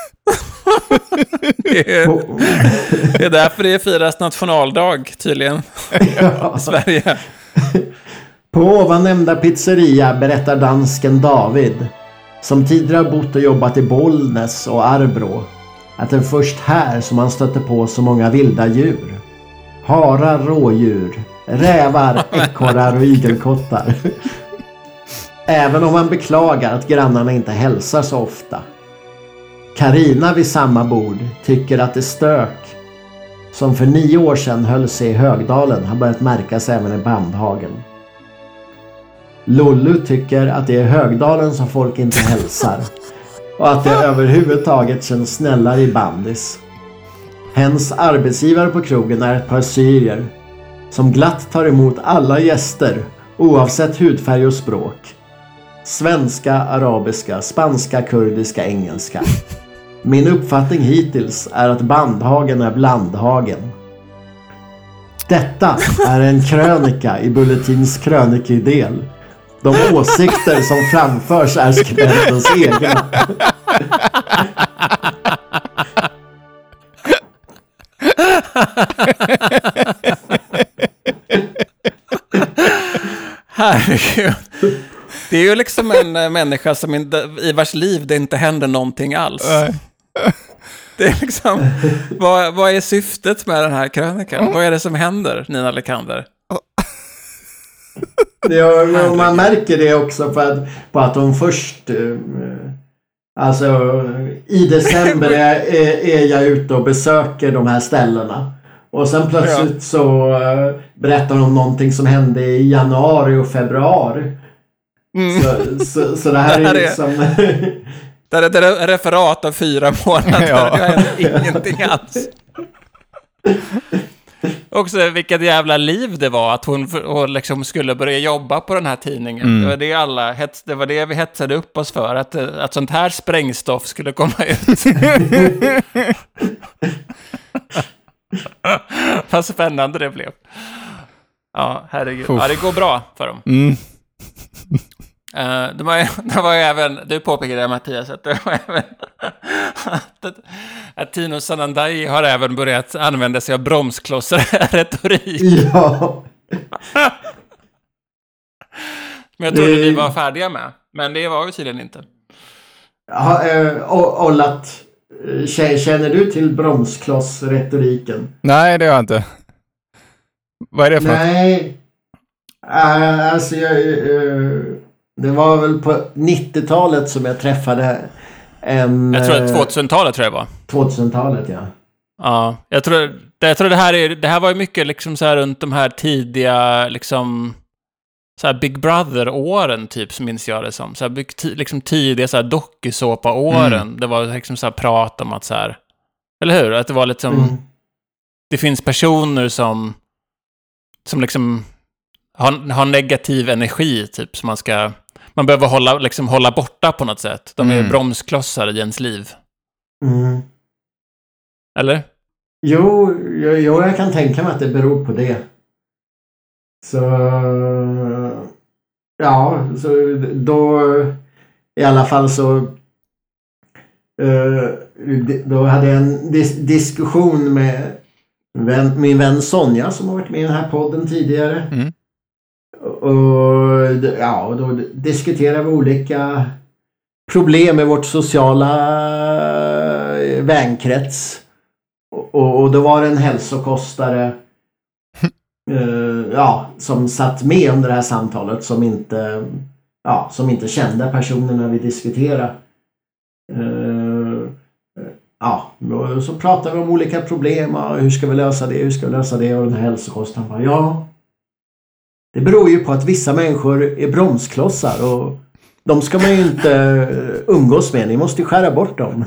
Speaker 1: Det är därför det firas nationaldag tydligen.
Speaker 3: Ja.
Speaker 1: Sverige.
Speaker 3: På ovan nämnda pizzeria berättar dansken David, som tidigare bott och jobbat i Bollnäs och Arbro, att det är först här som han stötte på så många vilda djur. Harar, rådjur, rävar, ekorrar och igelkottar. Även om han beklagar att grannarna inte hälsar så ofta. Karina vid samma bord tycker att det stök som för 9 år sedan höll sig i Högdalen har börjat märkas även i Bandhagen. Lollu tycker att det är Högdalen som folk inte hälsar och att det överhuvudtaget känns snällare i Bandis. Hens arbetsgivare på krogen är ett par syrier som glatt tar emot alla gäster oavsett hudfärg och språk. Svenska, arabiska, spanska, kurdiska, engelska. Min uppfattning hittills är att Bandhagen är Blandhagen. Detta är en krönika i Bulletins krönikidel. De åsikter som framförs är skribentens egna.
Speaker 1: Herregud. Det är ju liksom en människa som i vars liv det inte händer någonting alls. Det är liksom, vad är syftet med den här krönikan? Vad är det som händer, Nina Lekander?
Speaker 3: Ja, man märker det också på att de först... Alltså, i december är jag ute och besöker de här ställena. Och sen plötsligt så berättar de om någonting som hände i januari och februari. Så det här är liksom...
Speaker 1: Det är ett referat av 4 månader.
Speaker 2: Ja.
Speaker 1: Det händer ingenting alls. Också vilket jävla liv det var att hon liksom skulle börja jobba på den här tidningen. Det var det var det vi hetsade upp oss för, att sånt här sprängstoff skulle komma ut. Vad spännande det blev. Ja, herregud. Ja, det går bra för dem. Det var ju även, du påpekade Mattias, att det var även att Tino Sanandaji har även börjat använda sig av bromsklossar retorik.
Speaker 3: Ja.
Speaker 1: Men jag trodde vi var färdiga med. Men det var vi tydligen inte.
Speaker 3: Ollat, känner du till bromsklossretoriken?
Speaker 2: Nej, det gör jag inte. Vad är det för något?
Speaker 3: Nej. Alltså det var väl på 90-talet som jag träffade en...
Speaker 1: Jag tror att 2000-talet tror jag var.
Speaker 3: 2000-talet, ja.
Speaker 1: Ja, jag tror det här var ju mycket liksom så här runt de här tidiga liksom så här Big Brother-åren typ, som minns jag det som. Så här, liksom tidiga så här dokusåpa-åren. Det var liksom så här prat om att så här, eller hur? Att det var liksom det finns personer som liksom har negativ energi typ, som man behöver hålla borta på något sätt. De är bromsklossar i ens liv. Eller?
Speaker 3: Jo, jag kan tänka mig att det beror på det. Så ja, så då i alla fall så då hade jag en diskussion med min vän Sonja som har varit med i den här podden tidigare. Och då diskuterar vi olika problem med vårt sociala vänkrets. Och då var det en hälsokostare som satt med under det här samtalet som inte kände personerna vi diskuterade. Så pratade vi om olika problem. Hur ska vi lösa det? Och den här hälsokostaren bara, det beror ju på att vissa människor är bromsklossar och de ska man ju inte umgås med. Ni måste ju skära bort dem.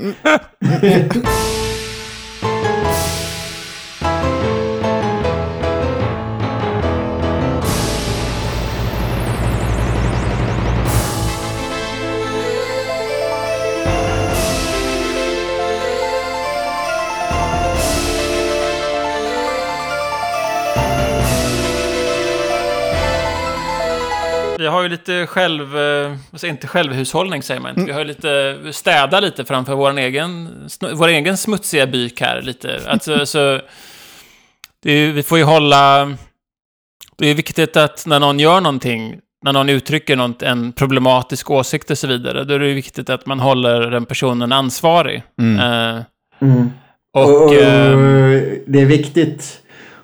Speaker 1: Vi har ju lite inte självhushållning säger man inte. Vi har ju städa lite framför vår egen smutsiga byk här lite. Alltså, så vi får ju det är viktigt att när någon gör någonting, när någon uttrycker en problematisk åsikt och så vidare, då är det viktigt att man håller den personen ansvarig. Och
Speaker 3: det är viktigt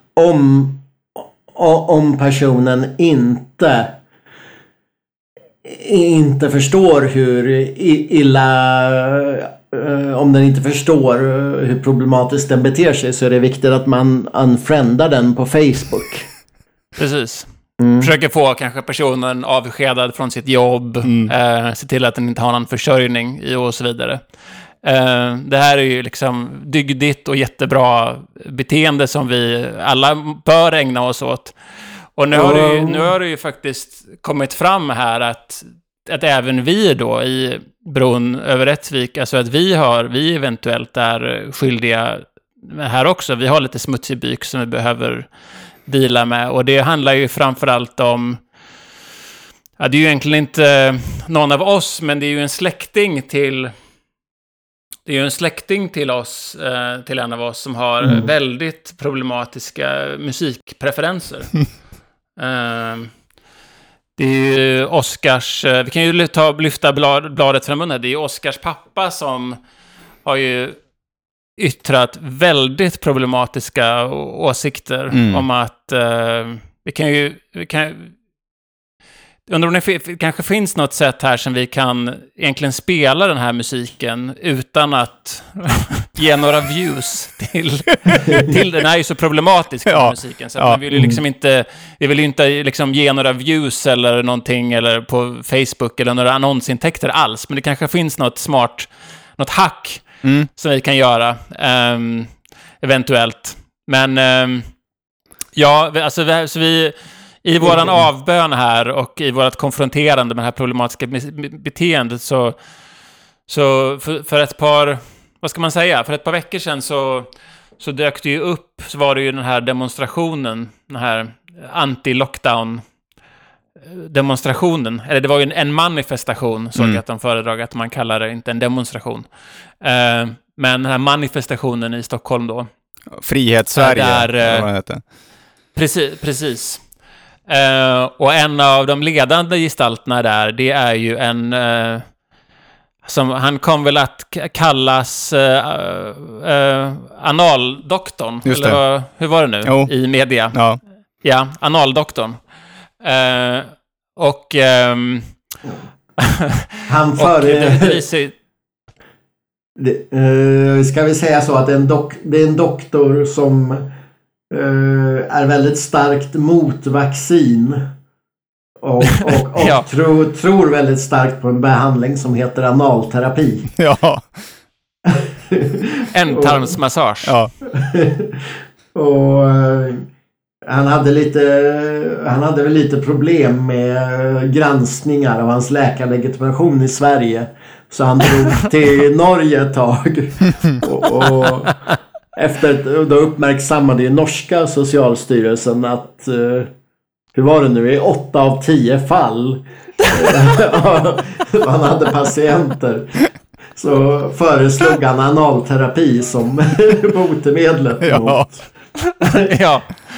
Speaker 3: om personen inte förstår hur om den inte förstår hur problematiskt den beter sig, så är det viktigt att man unfriendar den på Facebook.
Speaker 1: Precis. Försöker få kanske personen avskedad från sitt jobb, se till att den inte har någon försörjning och så vidare. Det här är ju liksom dygdigt och jättebra beteende som vi alla bör ägna oss åt. Och nu har det ju faktiskt kommit fram här att även vi då i bron över Rättvik, alltså att vi eventuellt är skyldiga här också. Vi har lite smutsig byk som vi behöver dela med. Och det handlar ju framförallt om, det är ju egentligen inte någon av oss, men det är ju en släkting till oss, till en av oss som har väldigt problematiska musikpreferenser. Det är ju Oscars, vi kan ju lyfta bladet från munnen. Det är ju Oscars pappa som har ju yttrat väldigt problematiska åsikter om att vi kan undrar om det kanske finns något sätt här som vi kan egentligen spela den här musiken utan att ge några views till den är ju så problematisk den musiken, så att vi vill ju liksom inte liksom ge några views eller någonting eller på Facebook eller några annonsintäkter alls, men det kanske finns något smart, något hack som vi kan göra eventuellt. Men så vi i våran avbön här och i vårat konfronterande med det här problematiska beteendet så för ett par, vad ska man säga, för ett par veckor sedan så dök det ju upp, så var det ju den här demonstrationen, den här anti-lockdown demonstrationen, eller det var ju en manifestation, såg jag att de föredrag att man kallar det inte en demonstration. Men den här manifestationen i Stockholm då.
Speaker 2: Frihetssverige,
Speaker 1: där,
Speaker 2: vad heter.
Speaker 1: Precis. Och en av de ledande gestalterna där, det är ju en... som han kom väl att kallas analdoktorn.
Speaker 2: Just
Speaker 1: eller hur var det nu?
Speaker 2: Jo.
Speaker 1: I media.
Speaker 2: Ja.
Speaker 1: Ja, analdoktorn. Och...
Speaker 3: Han ska vi säga så att det är en doktor som är väldigt starkt mot vaccin och
Speaker 1: Ja.
Speaker 3: tror väldigt starkt på en behandling som heter analterapi.
Speaker 2: Ja.
Speaker 1: Ändtarmsmassage.
Speaker 2: Ja.
Speaker 3: Och han hade väl lite problem med granskningar av hans läkarlegitimation i Sverige. Så han drog till Norge ett tag. Och då uppmärksammade ju norska socialstyrelsen att hur var det nu? I 8 av 10 fall han hade patienter. Så föreslog han analterapi som botemedlet mot.
Speaker 1: Ja.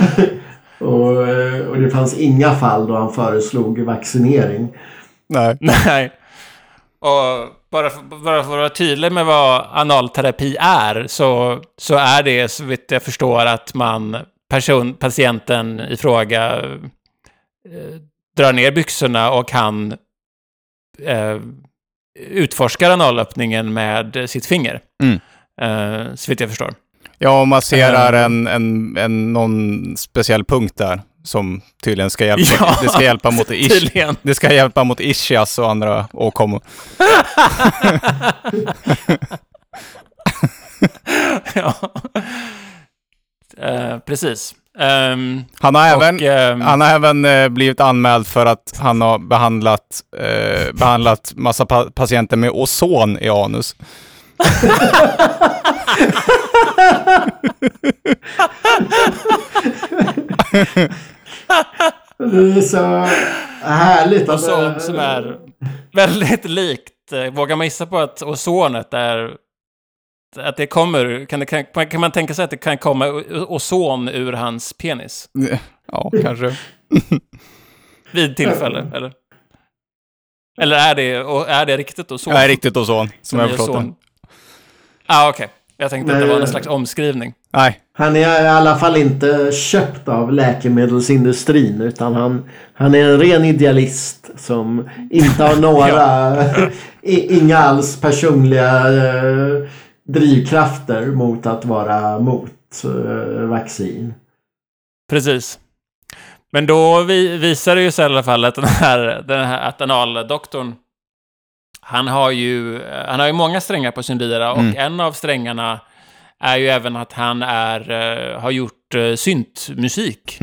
Speaker 3: Och det fanns inga fall då han föreslog vaccinering.
Speaker 2: Nej.
Speaker 1: Och bara för att vara tydlig med vad analterapi är, så är det, så vitt jag förstår, att patienten i fråga drar ner byxorna och han utforskar analöppningen med sitt finger. Så vitt jag förstår.
Speaker 2: Ja, och masserar någon speciell punkt där som tydligen ska hjälpa.
Speaker 1: Ja,
Speaker 2: det ska hjälpa mot
Speaker 1: tydligen.
Speaker 2: Det ska hjälpa mot ischias och andra åkommor.
Speaker 1: Ja. Precis.
Speaker 2: Han har även blivit anmäld för att han har behandlat massa patienter med ozon i anus.
Speaker 3: Det är så härligt.
Speaker 1: Ozon som är väldigt likt. Vågar man gissa på att ozonet är... Att det kommer... Kan man tänka sig att det kan komma ozon ur hans penis?
Speaker 2: Ja, kanske.
Speaker 1: Vid tillfälle, eller? Eller är det riktigt ozon?
Speaker 2: Ja, riktigt ozon, som jag förstått det.
Speaker 1: Okej. Jag tänkte att det var en slags omskrivning.
Speaker 2: Nej.
Speaker 3: Han är i alla fall inte köpt av läkemedelsindustrin, utan han är en ren idealist som inte har några inga alls personliga drivkrafter mot att vara mot vaccin.
Speaker 1: Precis. Men då visar det ju sig i alla fall att den här analdoktorn, han har ju många strängar på sin lyra, och en av strängarna är ju även att han har gjort syntmusik.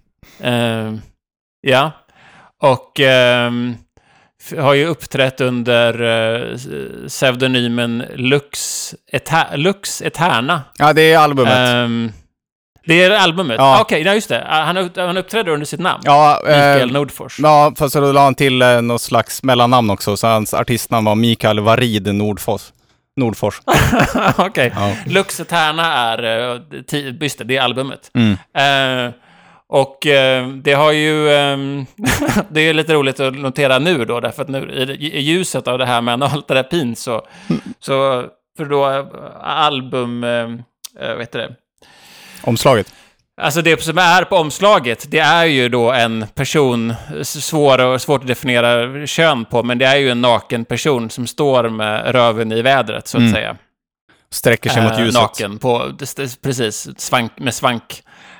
Speaker 1: Ja. Och har ju uppträtt under pseudonymen Lux Eterna.
Speaker 2: Ja, det är albumet.
Speaker 1: Det är albumet?
Speaker 2: Ja.
Speaker 1: Okej, just det. Han uppträdde under sitt namn.
Speaker 2: Ja,
Speaker 1: Mikael Nordfors.
Speaker 2: Ja, fast då la han till något slags mellannamn också. Så hans artistnamn var Mikael Varid Nordfors.
Speaker 1: Okej.
Speaker 2: Ja.
Speaker 1: Lux Eterna är det är albumet. Och det har ju det är lite roligt att notera nu då, därför att nu i ljuset av det här med analterapin så för då album vet du det?
Speaker 2: Omslaget.
Speaker 1: Alltså det som är på omslaget, det är ju då en person, svårt att definiera kön på, men det är ju en naken person som står med röven i vädret, så att säga.
Speaker 2: Sträcker sig mot ljuset.
Speaker 1: Naken, precis, med svank.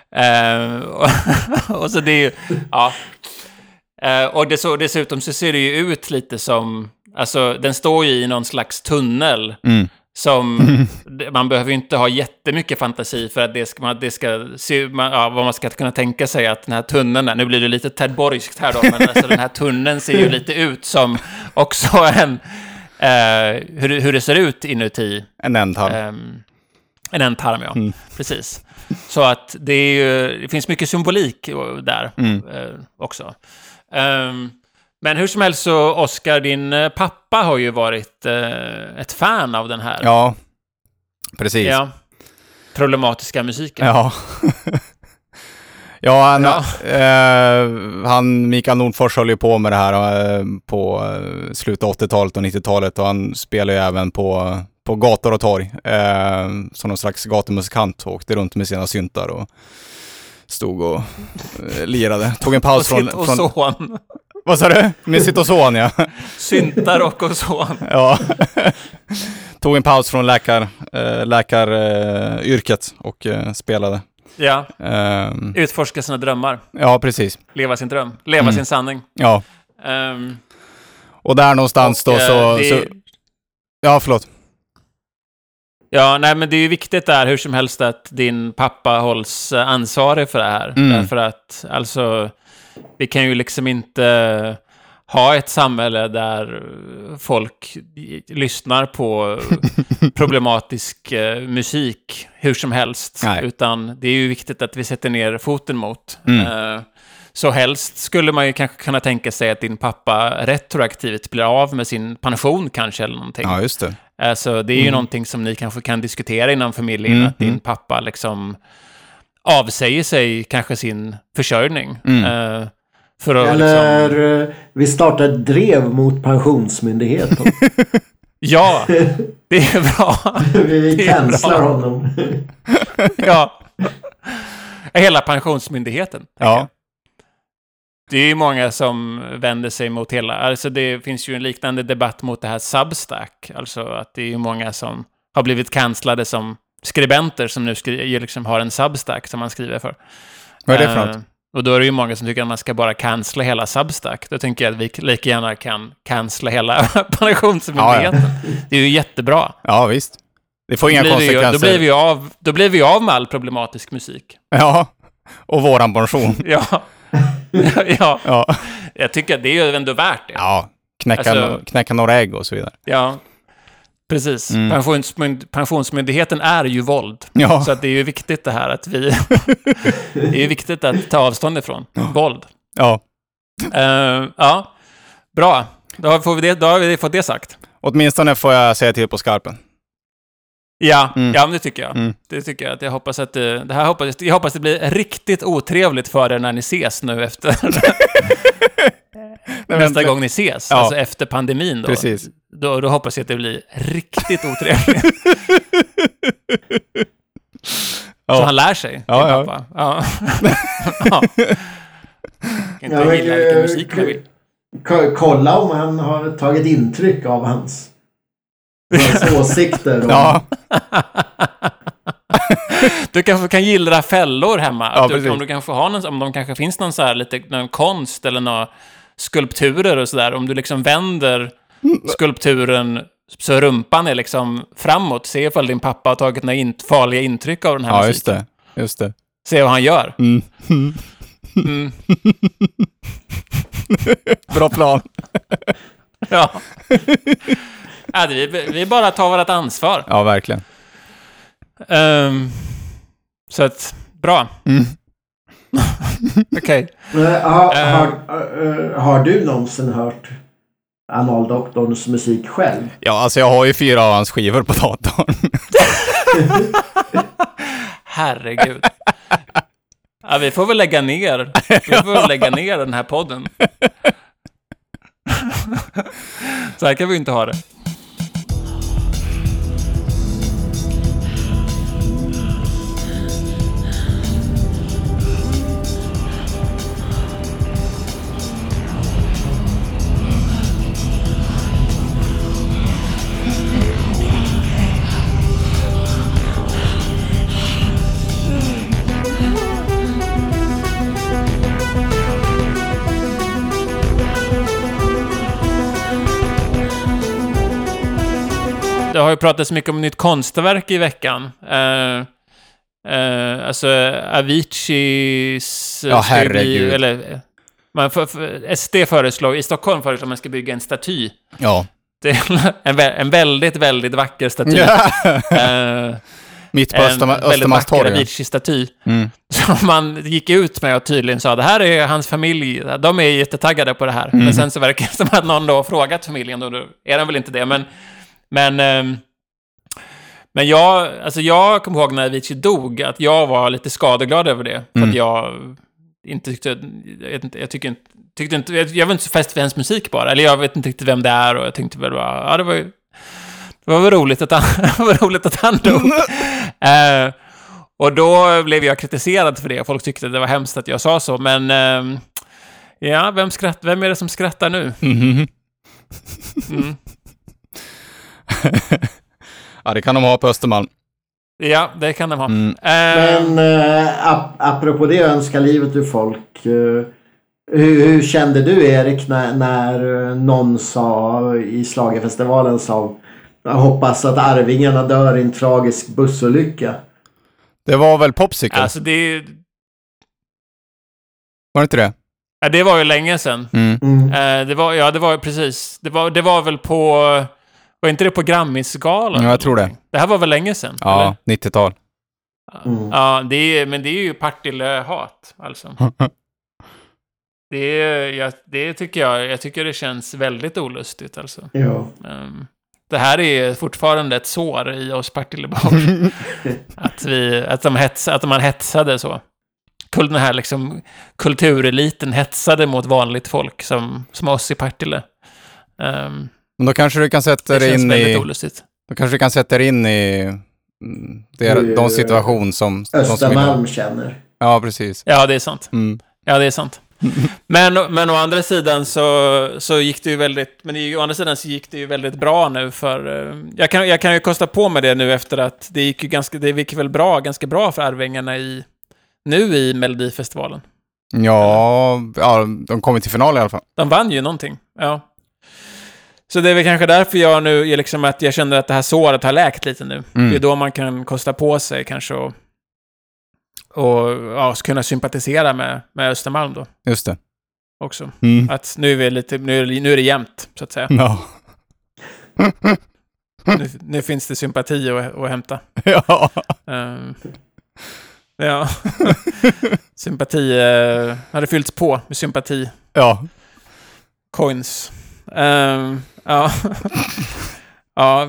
Speaker 1: Och så det är ju, ja. Och dessutom så ser det ju ut lite som, alltså den står ju i någon slags tunnel. Som man behöver ju inte ha jättemycket fantasi för att det ska se, vad man ska kunna tänka sig att den här tunneln, nu blir det lite Ted Borgskt här då, men alltså den här tunneln ser ju lite ut som också en hur det ser ut inuti
Speaker 2: en ändtarm.
Speaker 1: En ändtarm, ja. Precis. Så att det finns mycket symbolik där också. Men hur som helst så, Oscar, din pappa har ju varit ett fan av den här.
Speaker 2: Ja, precis.
Speaker 1: Ja, problematiska musiken.
Speaker 2: Ja. Ja, han Mikael Nordfors höll ju på med det här på slutet av 80-talet och 90-talet, och han spelar ju även på gator och torg som någon slags gatumusikant, och åkte runt med sina syntar och stod och lirade. Tog en paus från
Speaker 1: ozon.
Speaker 2: Vad sa du? Med sitt ozon, ja.
Speaker 1: Syntar och ozon.
Speaker 2: Ja. Tog en paus från läkaryrket och spelade.
Speaker 1: Ja. Utforska sina drömmar.
Speaker 2: Ja, precis.
Speaker 1: Leva sin dröm. Leva sin sanning.
Speaker 2: Ja. Och där någonstans och, då så... Ja, förlåt.
Speaker 1: Ja, nej, men det är ju viktigt där hur som helst att din pappa hålls ansvarig för det här. Därför att, alltså, vi kan ju liksom inte ha ett samhälle där folk lyssnar på problematisk musik hur som helst.
Speaker 2: Nej.
Speaker 1: Utan det är ju viktigt att vi sätter ner foten mot. Så helst skulle man ju kanske kunna tänka sig att din pappa retroaktivt blir av med sin pension kanske eller någonting.
Speaker 2: Ja, just det.
Speaker 1: Alltså, det är ju någonting som ni kanske kan diskutera inom familjen, att din pappa liksom avsäger sig kanske sin försörjning. För att,
Speaker 3: eller
Speaker 1: liksom...
Speaker 3: vi startar ett drev mot pensionsmyndigheten.
Speaker 1: Ja, det är bra.
Speaker 3: Vi cancelar honom.
Speaker 1: Ja. Hela pensionsmyndigheten.
Speaker 2: Ja.
Speaker 1: Det är ju många som vänder sig mot hela... Alltså det finns ju en liknande debatt mot det här Substack. Alltså att det är ju många som har blivit cancellade som skribenter som nu liksom har en Substack som man skriver för.
Speaker 2: Vad är det för något?
Speaker 1: Och då är det ju många som tycker att man ska bara cancella hela Substack. Då tänker jag att vi lika gärna kan cancella hela pensionsmyndigheten. Ja. Det är ju jättebra.
Speaker 2: Ja, visst. Det får inga konsekvenser.
Speaker 1: Då blir vi av med all problematisk musik.
Speaker 2: Ja, och våran pension.
Speaker 1: Ja. Ja. Jag tycker att det är ju ändå värt det.
Speaker 2: Ja, knäcka några ägg och så vidare.
Speaker 1: Ja, precis. Pensionsmyndigheten är ju våld.
Speaker 2: Ja.
Speaker 1: Så att det är ju viktigt det här att vi... det är ju viktigt att ta avstånd ifrån våld.
Speaker 2: Ja.
Speaker 1: Ja, bra. Då har vi fått det sagt.
Speaker 2: Åtminstone får jag säga till på skarpen.
Speaker 1: Ja, men det tycker jag. Det tycker jag. Att jag hoppas att jag hoppas det blir riktigt otrevligt för er när ni ses nu efter nästa gång ni ses. Ja. Alltså efter pandemin då.
Speaker 2: Precis.
Speaker 1: Då hoppas jag att det blir riktigt otrevligt. Så han lär sig, pappa. Ja. Ja. Kan inte gilla vilken musik man vill.
Speaker 3: Kolla om han har tagit intryck av hans åsikter.
Speaker 2: Ja.
Speaker 1: Du kanske kan gilla fällor hemma.
Speaker 2: Ja,
Speaker 1: om du kanske har om de kanske finns någon så här någon konst eller några skulpturer och sådär. Om du liksom vänder skulpturen så rumpan är liksom framåt. Se ifall din pappa har tagit några farliga intryck av den här musiken.
Speaker 2: Just det.
Speaker 1: Se vad han gör.
Speaker 2: Bra plan.
Speaker 1: Ja. Vi bara tar vårt ansvar.
Speaker 2: Ja, verkligen.
Speaker 1: Så att, bra. Okej.
Speaker 3: Har du någonsin hört Analdoktorns musik själv?
Speaker 2: Ja, alltså jag har ju 4 av hans skivor på datorn.
Speaker 1: Herregud. Ja, vi får väl lägga ner den här podden. Så här kan vi inte ha det. Det har ju pratats mycket om nytt konstverk i veckan. Alltså Aviciis...
Speaker 2: Ja, herregud.
Speaker 1: SD föreslår, i Stockholm föreslår man ska bygga en staty.
Speaker 2: Ja.
Speaker 1: Det är en väldigt, väldigt vacker staty.
Speaker 2: Mitt på Östermalmstorg.
Speaker 1: En väldigt vacker Avicii-staty. Som man gick ut med och tydligen sa, det här är hans familj, de är jättetaggade på det här. Men sen så verkar det som att någon då har frågat familjen, då är de väl inte det. Men jag kommer ihåg när Avicii dog att jag var lite skadeglad över det. För att inte tyckte, jag var inte så fäst för hans musik bara, eller jag vet inte riktigt vem det är, och jag tänkte väl bara, ja, det var väl roligt att han dog. Och då blev jag kritiserad för det. Folk tyckte det var hemskt att jag sa så, men ja, vem är det som skrattar nu?
Speaker 2: Ja, det kan de ha på Östermalm.
Speaker 1: Ja, det kan de ha.
Speaker 3: Men apropå det, önska livet ur folk. Hur kände du, Erik, när någon sa i Schlagerfestivalen, jag hoppas att Arvingarna dör i en tragisk bussolycka?
Speaker 2: Det var väl Popsicle?
Speaker 1: Alltså
Speaker 2: Var det inte det?
Speaker 1: Ja, det var ju länge sedan. Det var precis. Det var väl på... Var inte det på Grammisgalan?
Speaker 2: Ja, jag tror det.
Speaker 1: Det här var väl länge sedan?
Speaker 2: Ja, eller? 90-tal.
Speaker 1: Ja, men det är ju Partille-hat, alltså. Det tycker jag tycker det känns väldigt olustigt, alltså.
Speaker 3: Ja.
Speaker 1: Det här är fortfarande ett sår i oss Partillebarn. att man hetsade så. Den här liksom kultureliten hetsade mot vanligt folk som oss i Partille.
Speaker 2: Men då kanske du kan sätta dig in i...
Speaker 1: olustigt.
Speaker 2: Då kanske du kan sätta dig in i de situation som...
Speaker 3: Östermalm känner.
Speaker 2: Ja, precis.
Speaker 1: Ja, det är sant. Ja, det är sant. Men å andra sidan så gick det ju väldigt... Men å andra sidan så gick det ju väldigt bra nu för... Jag kan ju kosta på med det nu efter att det gick väl ganska bra för Arvingarna nu i Melodifestivalen.
Speaker 2: Ja, de kom till final i alla fall.
Speaker 1: De vann ju någonting, ja. Så det är väl kanske därför jag nu liksom att jag känner att det här såret har läkt lite nu. Det är då man kan kosta på sig kanske och kunna sympatisera med Östermalm då.
Speaker 2: Just det.
Speaker 1: Också. Att nu är det jämnt, så att säga.
Speaker 2: Ja.
Speaker 1: Nu finns det sympati att hämta.
Speaker 2: Ja.
Speaker 1: Ja. Sympati hade fyllts på med sympati.
Speaker 2: Ja.
Speaker 1: Coins. Ja. Ja,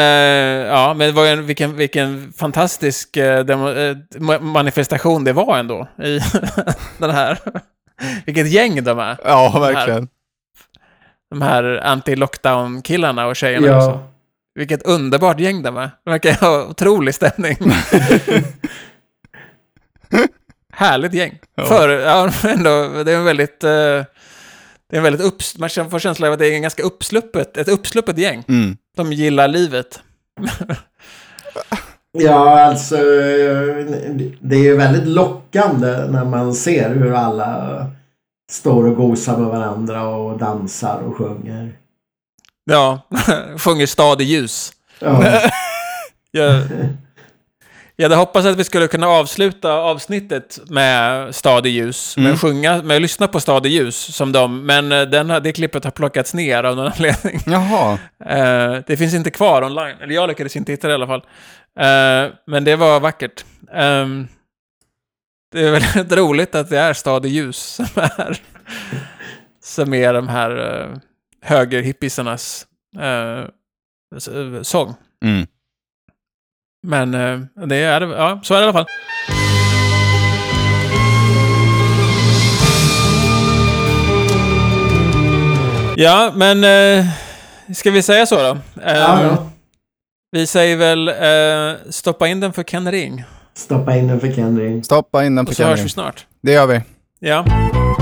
Speaker 1: vilken fantastisk manifestation det var ändå i den här. Vilket gäng de är.
Speaker 2: Ja, verkligen.
Speaker 1: De här anti-lockdown-killarna och tjejerna också. Vilket underbart gäng de är. De verkar ha otrolig stämning. Härligt gäng. Ja. Ändå, det är en väldigt... man får känslan av att det är en ganska uppsluppet gäng. De gillar livet.
Speaker 3: Ja, alltså det är ju väldigt lockande när man ser hur alla står och gosar med varandra och dansar och sjunger.
Speaker 1: Ja, sjunger Stad i ljus.
Speaker 3: Ja.
Speaker 1: Jag hade hoppats att vi skulle kunna avsluta avsnittet med Stad i ljus, med att lyssna på Stad i ljus som men det klippet har plockats ner av någon anledning.
Speaker 2: Jaha.
Speaker 1: Det finns inte kvar online, eller jag lyckades inte hitta det i alla fall. Men det var vackert. Det är väldigt roligt att det är Stad i ljus som är de här högerhippisarnas sång. Men det är ja, så är det i alla fall. Ja, men ska vi säga så då? Vi säger väl stoppa in den för Ken Ring.
Speaker 3: Stoppa in den för King.
Speaker 2: Stoppa in den för
Speaker 1: King. Och så
Speaker 2: King.
Speaker 1: hörs vi snart.
Speaker 2: Det gör vi.
Speaker 1: Ja.